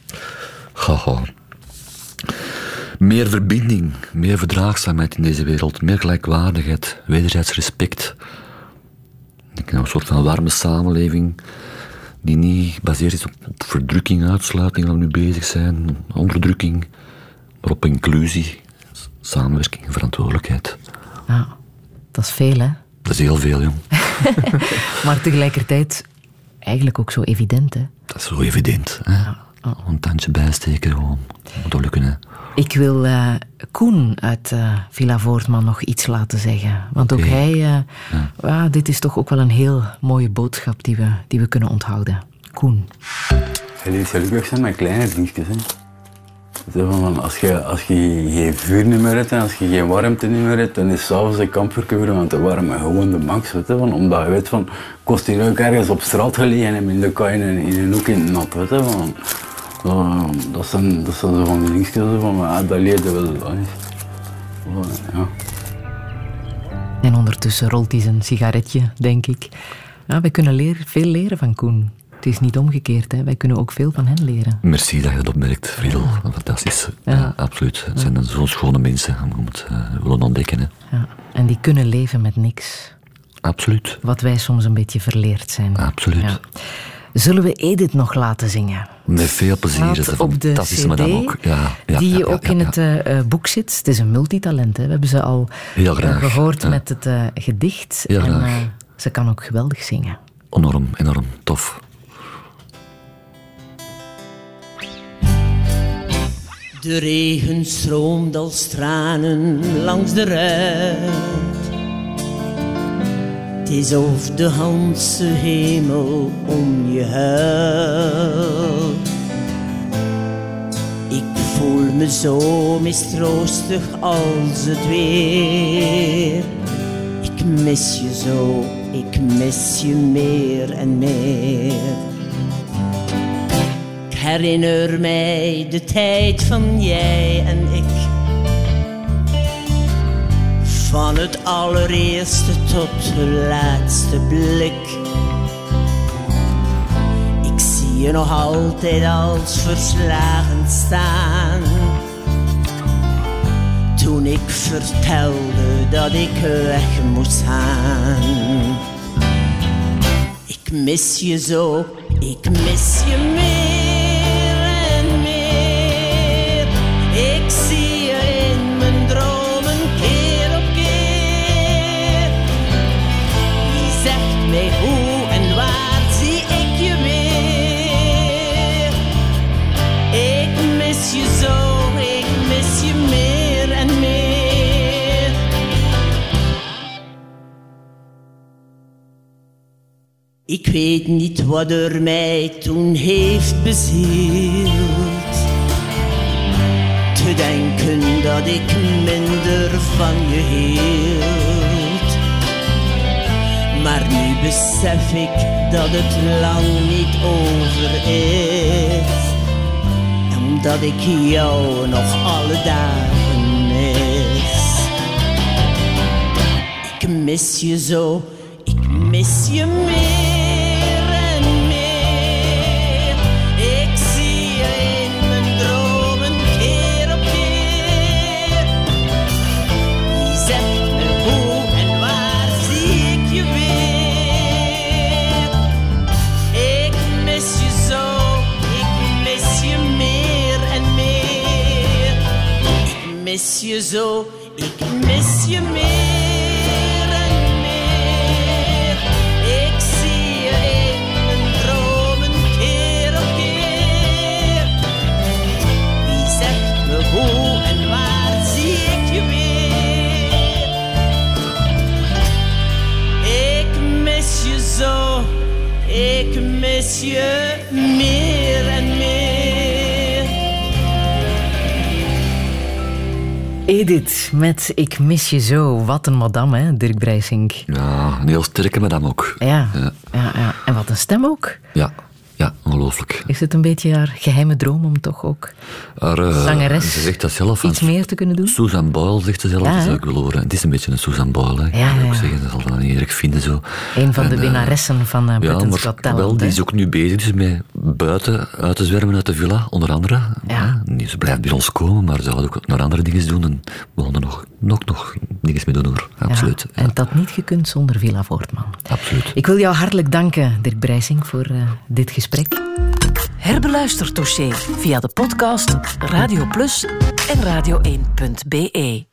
Meer verbinding, meer verdraagzaamheid in deze wereld, meer gelijkwaardigheid, wederzijds respect. Een soort van warme samenleving die niet gebaseerd is op verdrukking, uitsluiting, waar we nu bezig zijn, onderdrukking, maar op inclusie, samenwerking en verantwoordelijkheid. Ja, dat is veel, hè? Dat is heel veel, jong. Maar tegelijkertijd eigenlijk ook zo evident, hè? Dat is zo evident, hè? Ja. Een tandje bijsteken, gewoon. Moet dat lukken, hè? Ik wil Koen uit Villa Voortman nog iets laten zeggen. Want ook hij... dit is toch ook wel een heel mooie boodschap die we kunnen onthouden. Koen. Je leert gelukkig zijn met kleine dingetjes. Als je geen vuur niet meer hebt en als je geen warmte niet meer hebt, dan is s'avonds een kampvuur want de warme gewoon de max. Omdat je weet van, kost hier ook ergens op straat gelegen en in de kei in een hoek in het nat. Dat zijn zo van die dingetjes van, dat leerde wel. Ja. En ondertussen rolt hij zijn sigaretje, denk ik. Ja, wij kunnen veel leren van Koen. Het is niet omgekeerd, hè. Wij kunnen ook veel van hen leren. Merci dat je dat opmerkt, Friedel. Fantastisch. Ja, absoluut. Het zijn zo'n schone mensen, om het willen ontdekken. Hè. Ja. En die kunnen leven met niks. Absoluut. Wat wij soms een beetje verleerd zijn. Absoluut. Ja. Zullen we Edith nog laten zingen? Met veel plezier. Dat is op de CD, maar dan ook. Die ook in het boek zit. Het is een multitalent. Hè. We hebben ze al gehoord met het gedicht. Heel en graag. Ze kan ook geweldig zingen. Enorm tof. De regen stroomt als tranen langs de ruit. Het is of de ganse hemel om je huilt. Ik voel me zo mistroostig als het weer. Ik mis je zo, ik mis je meer en meer. Ik herinner mij de tijd van jij en ik. Van het allereerste tot de laatste blik. Ik zie je nog altijd als verslagen staan. Toen ik vertelde dat ik weg moest gaan. Ik mis je zo, ik mis je meer en meer. Ik zie je in mijn dromen keer op keer. Wie zegt mij hoe en waar zie ik je weer? Ik mis je zo, ik mis je meer en meer. Ik weet niet wat er mij toen heeft bezield. Te denken dat ik minder van je hield. Maar nu besef ik dat het lang niet over is. En dat ik jou nog alle dagen mis. Ik mis je zo, ik mis je meer. mis je zo, ik mis je meer en meer. Ik zie je in mijn dromen keer op keer. Wie zegt me hoe en waar zie ik je weer? Ik mis je zo, ik mis je meer en meer. Edith met Ik mis je zo. Wat een madame, hè, Dirk Brijsink. Ja, een heel sterke madame ook. Ja. En wat een stem ook. Ja, ongelooflijk. Is het een beetje haar geheime droom om toch ook zangeres ze zegt dat zelf, iets meer te kunnen doen? Susan Boyle zegt ze zelf, Ja, dat zou hè? ik wel horen. Het is een beetje een Susan Boyle, hè. Ja, Ik ja. ook zeggen, dat zal dat niet erg vinden zo. Een van de En, winnaressen van Britain's maar Got Talent. wel, die hè? is ook nu bezig dus met buiten uit te zwermen uit de villa, onder andere. Ja. Ze blijft bij ons komen, maar ze gaat ook naar andere dingen doen. En we gaan er nog dingen mee doen, hoor. Absoluut. Ja, en het had niet gekund zonder Villa Voortman. Absoluut. Ik wil jou hartelijk danken, Dirk Brijsink, voor dit gesprek. Herbeluister Touché via de podcast Radio Plus en radio1.be.